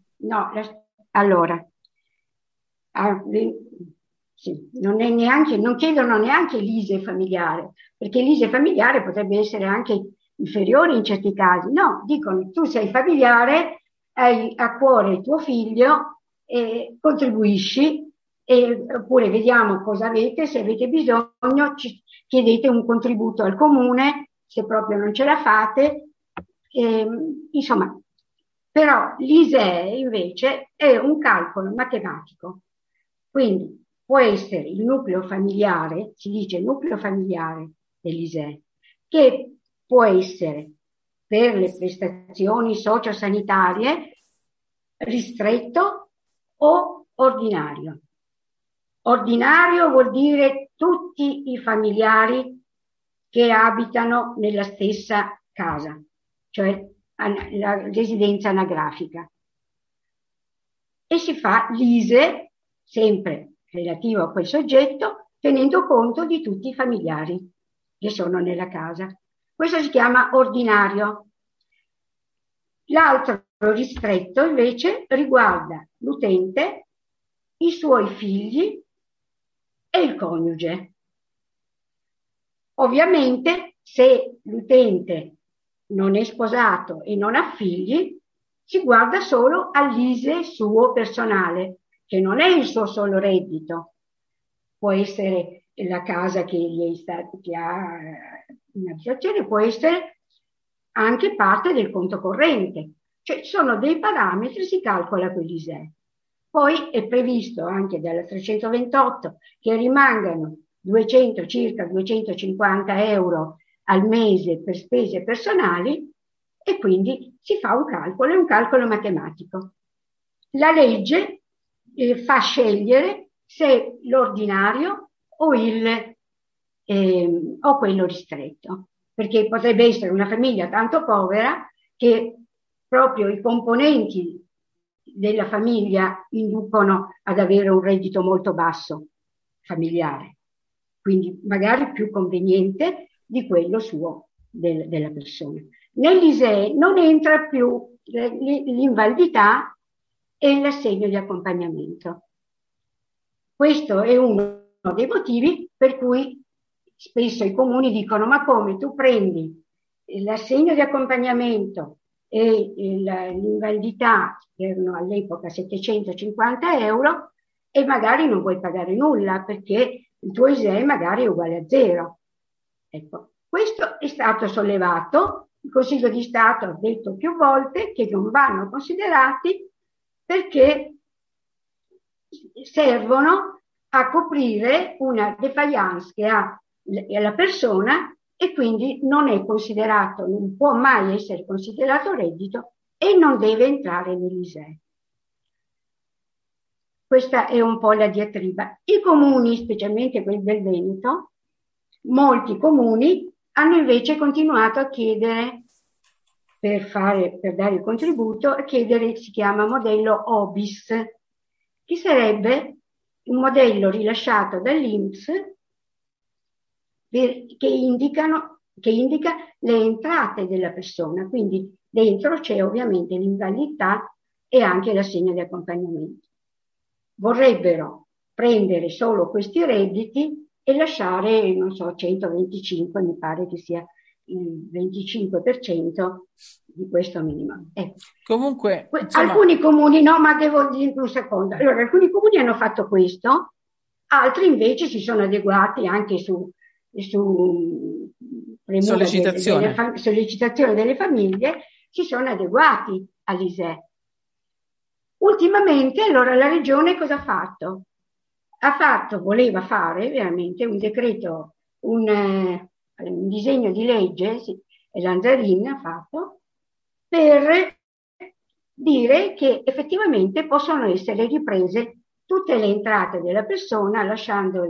Non chiedono neanche l'ISEE familiare, perché l'ISEE familiare potrebbe essere anche inferiore in certi casi. No, dicono: tu sei familiare, hai a cuore il tuo figlio, contribuisci, oppure vediamo cosa avete, se avete bisogno chiedete un contributo al comune, se proprio non ce la fate, insomma. Però l'ISEE invece è un calcolo matematico, quindi può essere il nucleo familiare, si dice nucleo familiare dell'ISEE, che può essere per le prestazioni sociosanitarie ristretto o ordinario. Ordinario vuol dire tutti i familiari che abitano nella stessa casa, cioè la residenza anagrafica. E si fa l'ISEE, sempre relativo a quel soggetto, tenendo conto di tutti i familiari che sono nella casa. Questo si chiama ordinario. L'altro ristretto invece riguarda l'utente, i suoi figli e il coniuge. Ovviamente, se l'utente non è sposato e non ha figli, si guarda solo all'ISEE suo personale, che non è il suo solo reddito. Può essere la casa che ha in abitazione, può essere anche parte del conto corrente. Cioè ci sono dei parametri, si calcola quell'ISEE. Poi è previsto anche dalla 328 che rimangano circa 250 euro al mese per spese personali e quindi si fa un calcolo, è un calcolo matematico. La legge fa scegliere se l'ordinario o quello ristretto, perché potrebbe essere una famiglia tanto povera che proprio i componenti della famiglia inducono ad avere un reddito molto basso familiare, quindi magari più conveniente di quello suo della persona. Nell'ISEE non entra più l'invalidità e l'assegno di accompagnamento. Questo è uno dei motivi per cui spesso i comuni dicono: ma come, tu prendi l'assegno di accompagnamento e l'invalidità, che erano all'epoca 750 euro, e magari non vuoi pagare nulla perché il tuo ISEE magari è uguale a zero. Ecco, questo è stato sollevato. Il Consiglio di Stato ha detto più volte che non vanno considerati perché servono a coprire una défaillance che ha la persona, e quindi non è considerato, non può mai essere considerato reddito e non deve entrare nell'ISEE. Questa è un po' la diatriba. I comuni, specialmente quelli del Veneto, molti comuni hanno invece continuato a chiedere, per dare il contributo, a chiedere, si chiama modello OBIS, che sarebbe un modello rilasciato dall'INPS che indica le entrate della persona, quindi dentro c'è ovviamente l'invalidità e anche l'assegno di accompagnamento. Vorrebbero prendere solo questi redditi e lasciare, non so, 125, mi pare che sia il 25% di questo minimo. Comunque, insomma... alcuni comuni, no, ma devo dire un secondo. Allora, alcuni comuni hanno fatto questo, altri invece si sono adeguati anche su sollecitazione delle famiglie, si sono adeguati all'ISEE. Ultimamente, allora, la Regione cosa ha fatto? Voleva fare veramente un decreto, un disegno di legge, Lanzarin ha fatto, per dire che effettivamente possono essere riprese tutte le entrate della persona, lasciando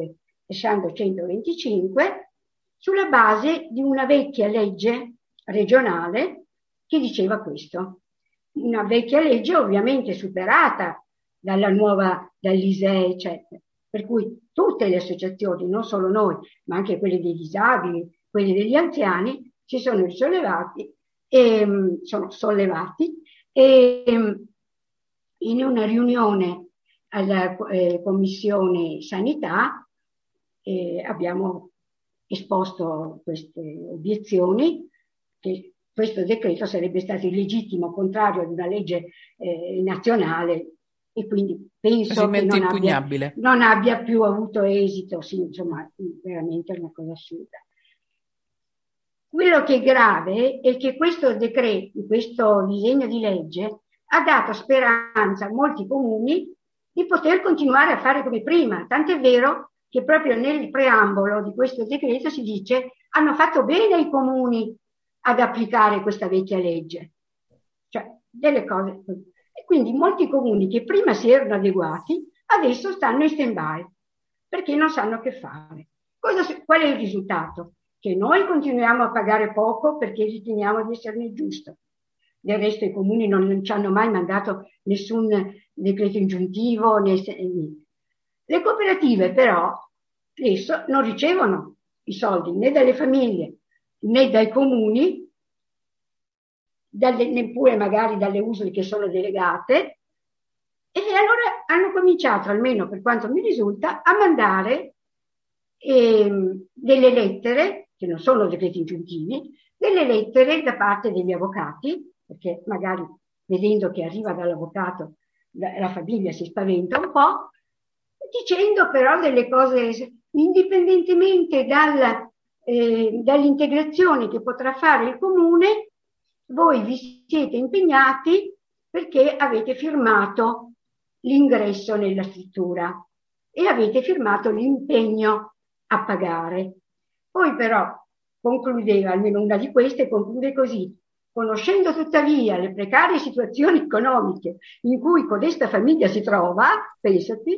125, sulla base di una vecchia legge regionale che diceva questo. Una vecchia legge ovviamente superata dall'ISEE, eccetera. Per cui tutte le associazioni, non solo noi, ma anche quelle dei disabili, quelli degli anziani, si sono risollevati e sono sollevati, e in una riunione alla Commissione Sanità abbiamo esposto queste obiezioni, che questo decreto sarebbe stato illegittimo, contrario ad una legge nazionale, e quindi penso che non abbia più avuto esito. Sì, insomma, veramente è una cosa assurda. Quello che è grave è che questo decreto, questo disegno di legge, ha dato speranza a molti comuni di poter continuare a fare come prima, tant'è vero che proprio nel preambolo di questo decreto si dice: hanno fatto bene i comuni ad applicare questa vecchia legge. Cioè, delle cose. E quindi molti comuni che prima si erano adeguati, adesso stanno in stand-by, perché non sanno che fare. Qual è il risultato? Che noi continuiamo a pagare poco perché riteniamo di esserne giusto. Del resto i comuni non ci hanno mai mandato nessun decreto ingiuntivo. Le cooperative però adesso non ricevono i soldi né dalle famiglie né dai comuni, neppure magari dalle USL che sono delegate, e allora hanno cominciato, almeno per quanto mi risulta, a mandare delle lettere, che non sono decreti ingiuntivi, delle lettere da parte degli avvocati, perché magari vedendo che arriva dall'avvocato la famiglia si spaventa un po', dicendo però delle cose, indipendentemente dall'integrazione che potrà fare il comune, voi vi siete impegnati perché avete firmato l'ingresso nella struttura e avete firmato l'impegno a pagare. Poi però concludeva, almeno una di queste conclude così: conoscendo tuttavia le precarie situazioni economiche in cui codesta famiglia si trova, pensati,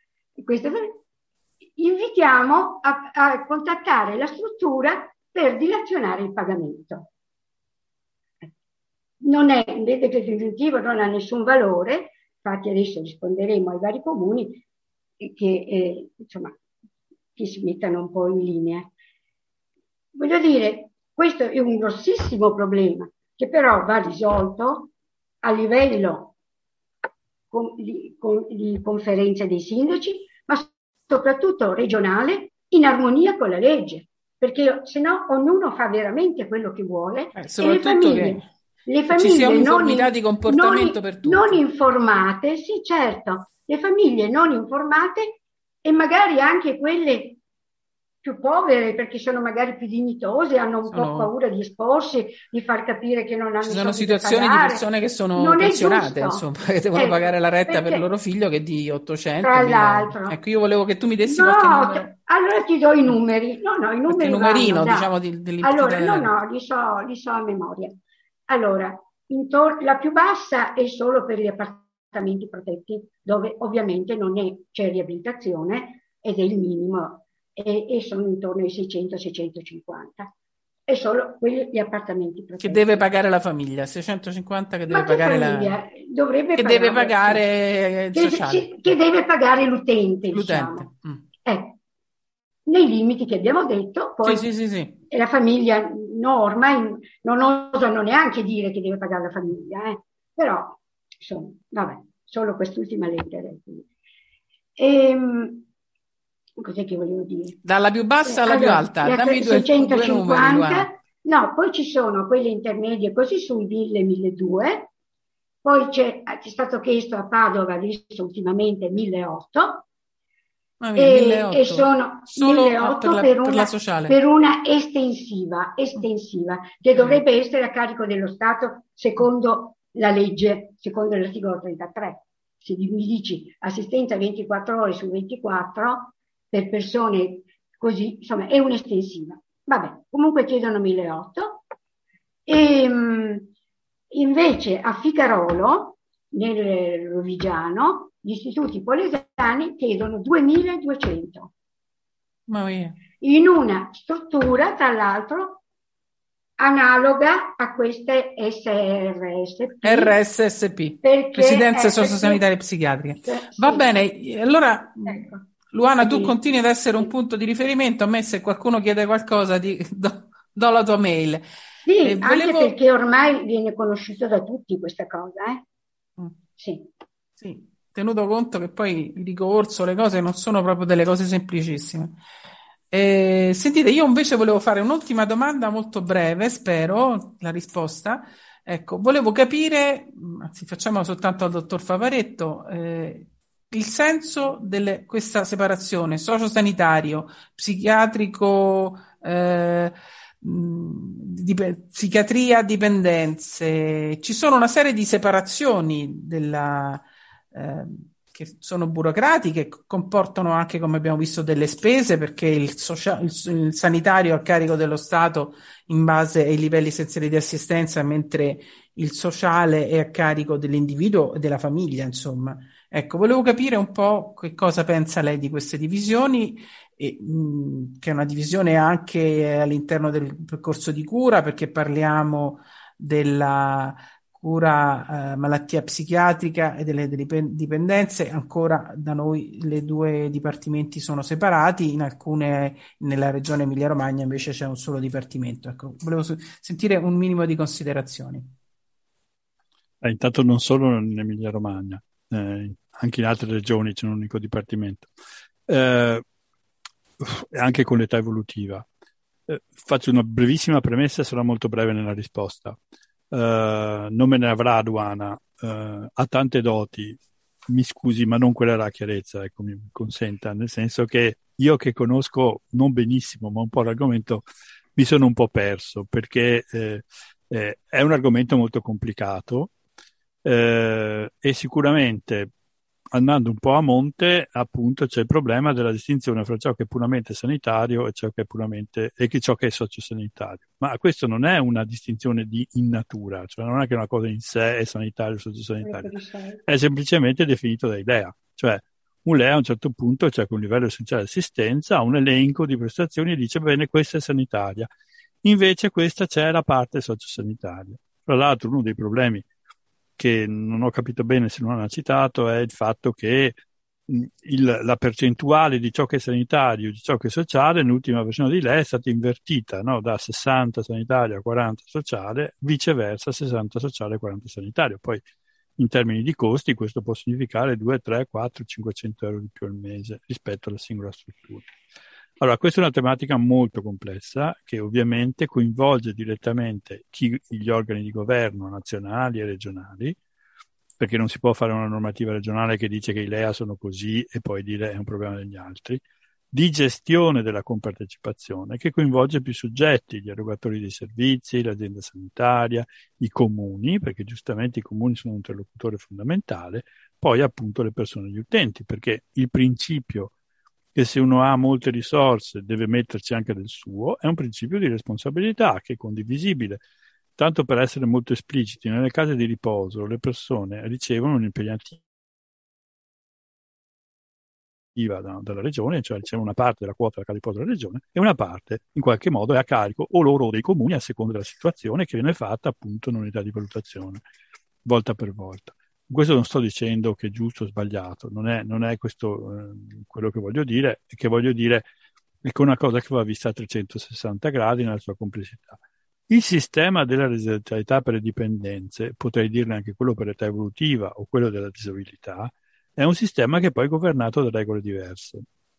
invitiamo a contattare la struttura per dilazionare il pagamento. Non è un decreto ingiuntivo, non ha nessun valore, infatti adesso risponderemo ai vari comuni che si mettano un po' in linea. Voglio dire, Questo è un grossissimo problema che però va risolto a livello di conferenza dei sindaci, ma soprattutto regionale, in armonia con la legge, perché se no ognuno fa veramente quello che vuole e soprattutto le che ci sia famiglie uniformità di comportamento per tutti. non informate, sì certo, le famiglie non informate e magari anche quelle più povere, perché sono magari più dignitose, hanno un po' paura di esporsi, di far capire che non hanno soldi da pagare. Ci sono situazioni di persone che sono pensionate, insomma, che devono pagare la retta per il loro figlio che è di 800. Tra l'altro. Ecco, io volevo che tu mi dessi qualche numero. Allora ti do i numeri. No, i numeri qualche numerino, vanno, diciamo, allora, li so a memoria. Allora, la più bassa è solo per gli appartamenti protetti, dove ovviamente non c'è riabilitazione ed è il minimo, e sono intorno ai 600-650. È solo gli appartamenti protetti. Che deve pagare la famiglia, 650 che deve pagare famiglia? Dovrebbe che deve pagare il sociale. Che deve pagare l'utente. Diciamo. Nei limiti che abbiamo detto, poi sì. E la famiglia, no, ormai non osano neanche dire che deve pagare la famiglia, però, insomma, vabbè, solo quest'ultima lettera. Cos'è che volevo dire? Dalla più bassa alla più alta, dammi 2 numeri. No, poi ci sono quelle intermedie così sui 1.000-1.200, poi c'è stato chiesto a Padova adesso ultimamente 1.800, e sono solo 1.800 per la sociale, per una estensiva che dovrebbe essere a carico dello Stato secondo la legge, secondo l'articolo 33. Se mi dici assistenza 24 ore su 24 per persone così, insomma, è un'estensiva. Vabbè, comunque chiedono 1.800. E invece a Ficarolo, nel Rovigiano, gli istituti polesani chiedono 2.200. In una struttura, tra l'altro, analoga a queste RSSP, residenze sociosanitarie psichiatriche. Va bene, allora ecco. Luana, tu continui ad essere un punto di riferimento. A me, se qualcuno chiede qualcosa, do la tua mail. Sì, anche perché ormai viene conosciuto da tutti questa cosa, Sì. Tenuto conto che poi il ricorso, le cose non sono proprio delle cose semplicissime. Sentite, io invece volevo fare un'ultima domanda molto breve, spero la risposta. Ecco, volevo capire, anzi facciamo soltanto al dottor Favaretto, il senso di questa separazione sociosanitario, psichiatrico, psichiatria, dipendenze. Ci sono una serie di separazioni che sono burocratiche, comportano anche, come abbiamo visto, delle spese, perché il sanitario è a carico dello Stato in base ai livelli essenziali di assistenza, mentre il sociale è a carico dell'individuo e della famiglia, insomma. Ecco, volevo capire un po' che cosa pensa lei di queste divisioni, che è una divisione anche all'interno del percorso di cura, perché parliamo della cura malattia psichiatrica e delle dipendenze. Ancora da noi le due dipartimenti sono separati, nella regione Emilia-Romagna invece c'è un solo dipartimento. Ecco, volevo sentire un minimo di considerazioni. Intanto non solo in Emilia-Romagna, anche in altre regioni c'è un unico dipartimento, anche con l'età evolutiva. Faccio una brevissima premessa e sarò molto breve nella risposta. Non me ne avrà Luana, ha tante doti, mi scusi, ma non quella è la chiarezza, ecco, mi consenta, nel senso che io, che conosco non benissimo ma un po' l'argomento, mi sono un po' perso, perché è un argomento molto complicato, e sicuramente andando un po' a monte, appunto, c'è il problema della distinzione fra ciò che è puramente sanitario e ciò che è sociosanitario. Ma questo non è una distinzione in natura, cioè non è che una cosa in sé è sanitario o sociosanitario, è semplicemente definito da IDEA. Cioè un LEA a un certo punto, cioè con un livello essenziale di assistenza, ha un elenco di prestazioni e dice: bene, questa è sanitaria, invece questa c'è la parte sociosanitaria. Tra l'altro uno dei problemi che non ho capito bene se non ha citato è il fatto che la percentuale di ciò che è sanitario, di ciò che è sociale, nell'ultima versione di lei è stata invertita, no? Da 60 sanitario a 40 sociale, viceversa 60 sociale a 40 sanitario. Poi in termini di costi questo può significare 2, 3, 4, 500 euro di più al mese rispetto alla singola struttura. Allora, questa è una tematica molto complessa che ovviamente coinvolge direttamente gli organi di governo nazionali e regionali, perché non si può fare una normativa regionale che dice che i LEA sono così e poi dire è un problema degli altri, di gestione della compartecipazione che coinvolge più soggetti, gli erogatori dei servizi, l'azienda sanitaria, i comuni, perché giustamente i comuni sono un interlocutore fondamentale, poi appunto le persone, gli utenti, perché il principio che se uno ha molte risorse deve metterci anche del suo è un principio di responsabilità che è condivisibile. Tanto per essere molto espliciti, nelle case di riposo le persone ricevono un'impegnativa dalla regione, cioè ricevono una parte della quota della casa di riposo della regione e una parte in qualche modo è a carico o loro o dei comuni a seconda della situazione che viene fatta appunto in unità di valutazione volta per volta. Questo non sto dicendo che è giusto o sbagliato, non è questo quello che voglio dire, è che voglio dire che è una cosa che va vista a 360 gradi nella sua complessità. Il sistema della residenzialità per le dipendenze, potrei dirne anche quello per l'età evolutiva o quello della disabilità, è un sistema che poi è governato da regole diverse.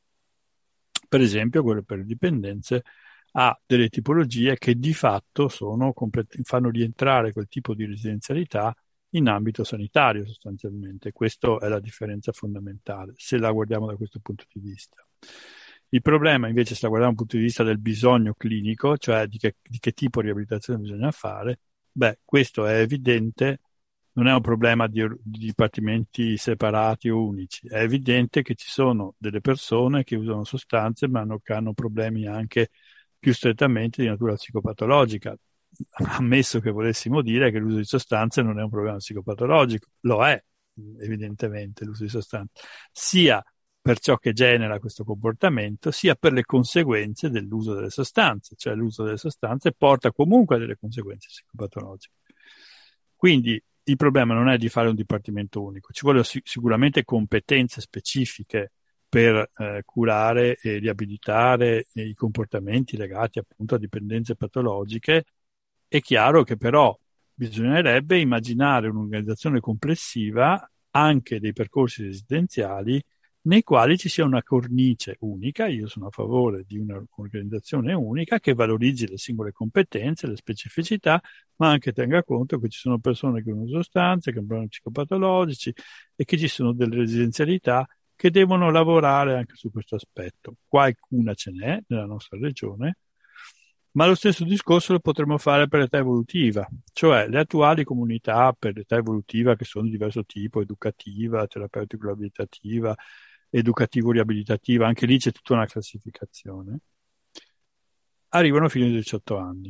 Per esempio, quello per le dipendenze ha delle tipologie che di fatto fanno rientrare quel tipo di residenzialità in ambito sanitario sostanzialmente. Questa è la differenza fondamentale, se la guardiamo da questo punto di vista. Il problema invece, se la guardiamo dal punto di vista del bisogno clinico, cioè di che tipo di riabilitazione bisogna fare, questo è evidente, non è un problema di dipartimenti separati o unici, è evidente che ci sono delle persone che usano sostanze ma che hanno problemi anche più strettamente di natura psicopatologica, ammesso che volessimo dire che l'uso di sostanze non è un problema psicopatologico, lo è evidentemente l'uso di sostanze, sia per ciò che genera questo comportamento, sia per le conseguenze dell'uso delle sostanze, cioè l'uso delle sostanze porta comunque a delle conseguenze psicopatologiche. Quindi il problema non è di fare un dipartimento unico, ci vogliono sicuramente competenze specifiche per curare e riabilitare i comportamenti legati appunto a dipendenze patologiche. È chiaro che però bisognerebbe immaginare un'organizzazione complessiva anche dei percorsi residenziali nei quali ci sia una cornice unica. Io sono a favore di un'organizzazione unica che valorizzi le singole competenze, le specificità, ma anche tenga conto che ci sono persone che usano sostanze, che hanno problemi psicopatologici e che ci sono delle residenzialità che devono lavorare anche su questo aspetto. Qualcuna ce n'è nella nostra regione, ma lo stesso discorso lo potremmo fare per l'età evolutiva, cioè le attuali comunità per l'età evolutiva che sono di diverso tipo, educativa, terapeutico-riabilitativa, educativo-riabilitativa, anche lì c'è tutta una classificazione, arrivano fino ai 18 anni.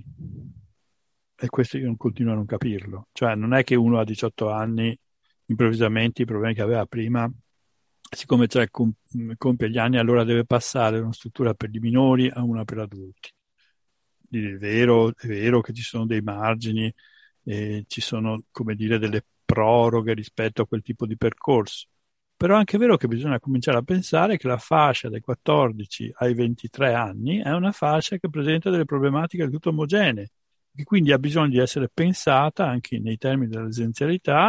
E questo io non continuo a non capirlo. Cioè non è che uno a 18 anni improvvisamente i problemi che aveva prima, siccome compie gli anni, allora deve passare da una struttura per i minori a una per adulti. È vero che ci sono dei margini, ci sono, come dire, delle proroghe rispetto a quel tipo di percorso. Però è anche vero che bisogna cominciare a pensare che la fascia dai 14 ai 23 anni è una fascia che presenta delle problematiche del tutto omogenee, che quindi ha bisogno di essere pensata anche nei termini della residenzialità,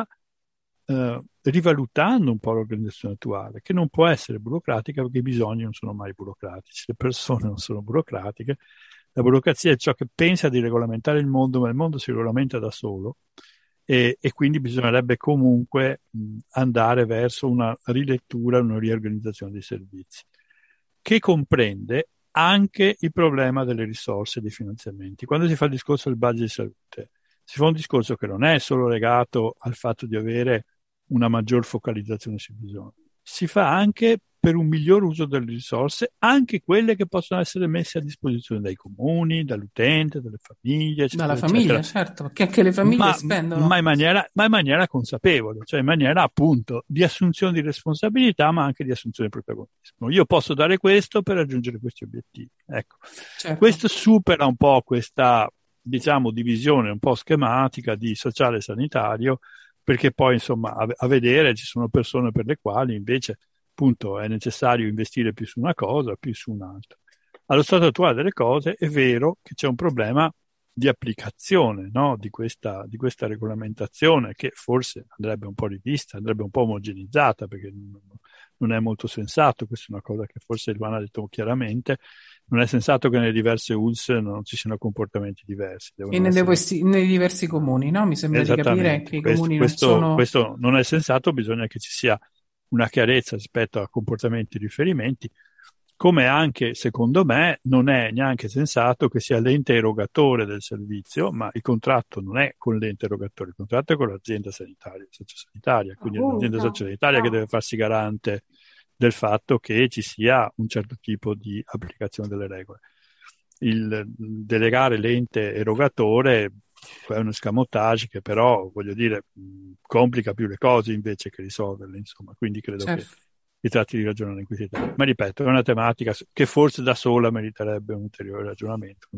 rivalutando un po' l'organizzazione attuale, che non può essere burocratica perché i bisogni non sono mai burocratici, le persone non sono burocratiche, la burocrazia è ciò che pensa di regolamentare il mondo, ma il mondo si regolamenta da solo. E quindi bisognerebbe comunque andare verso una rilettura, una riorganizzazione dei servizi, che comprende anche il problema delle risorse e dei finanziamenti. Quando si fa il discorso del budget di salute, si fa un discorso che non è solo legato al fatto di avere una maggior focalizzazione sui bisogni, si fa anche per un miglior uso delle risorse, anche quelle che possono essere messe a disposizione dai comuni, dall'utente, dalle famiglie, eccetera, Dalla famiglia, eccetera. Certo, perché anche le famiglie spendono. Ma in maniera consapevole, cioè in maniera appunto di assunzione di responsabilità, ma anche di assunzione di protagonismo. Io posso dare questo per raggiungere questi obiettivi. Ecco, Certo. questo supera un po' questa, diciamo, divisione un po' schematica di sociale e sanitario, perché poi insomma a vedere ci sono persone per le quali invece appunto è necessario investire più su una cosa, più su un'altra. Allo stato attuale delle cose è vero che c'è un problema di applicazione, no? di questa regolamentazione, che forse andrebbe un po' rivista, andrebbe un po' omogenizzata, perché non è molto sensato, questa è una cosa che forse Luana ha detto chiaramente, non è sensato che nelle diverse ULSS non ci siano comportamenti diversi. E nei diversi comuni, no? Mi sembra di capire che i comuni non sono... Questo non è sensato, bisogna che ci sia una chiarezza rispetto a comportamenti e riferimenti, come anche, secondo me, non è neanche sensato che sia l'ente erogatore del servizio, ma il contratto non è con l'ente erogatore, il contratto è con l'azienda sanitaria, sociosanitaria, quindi è l'azienda sociosanitaria che deve farsi garante del fatto che ci sia un certo tipo di applicazione delle regole. Il delegare l'ente erogatore è uno escamotage che però, voglio dire, complica più le cose invece che risolverle, insomma, quindi credo che si tratti di ragionare in questi termini. Ma ripeto, è una tematica che forse da sola meriterebbe un ulteriore ragionamento.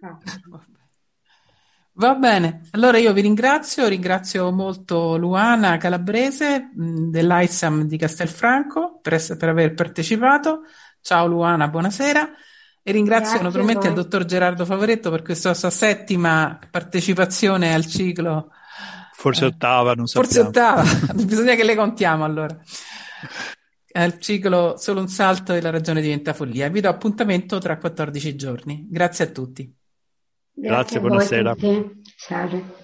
Va bene, allora io vi ringrazio molto Luana Calabrese dell'AISAM di Castelfranco per aver partecipato. Ciao Luana, buonasera. E ringrazio naturalmente il dottor Gerardo Favoretto per questa sua 7ª partecipazione al ciclo. Forse ottava, non sappiamo. Forse ottava, bisogna che le contiamo allora. Al ciclo Solo un salto e la ragione diventa follia. Vi do appuntamento tra 14 giorni. Grazie a tutti. Grazie, buonasera. Ciao.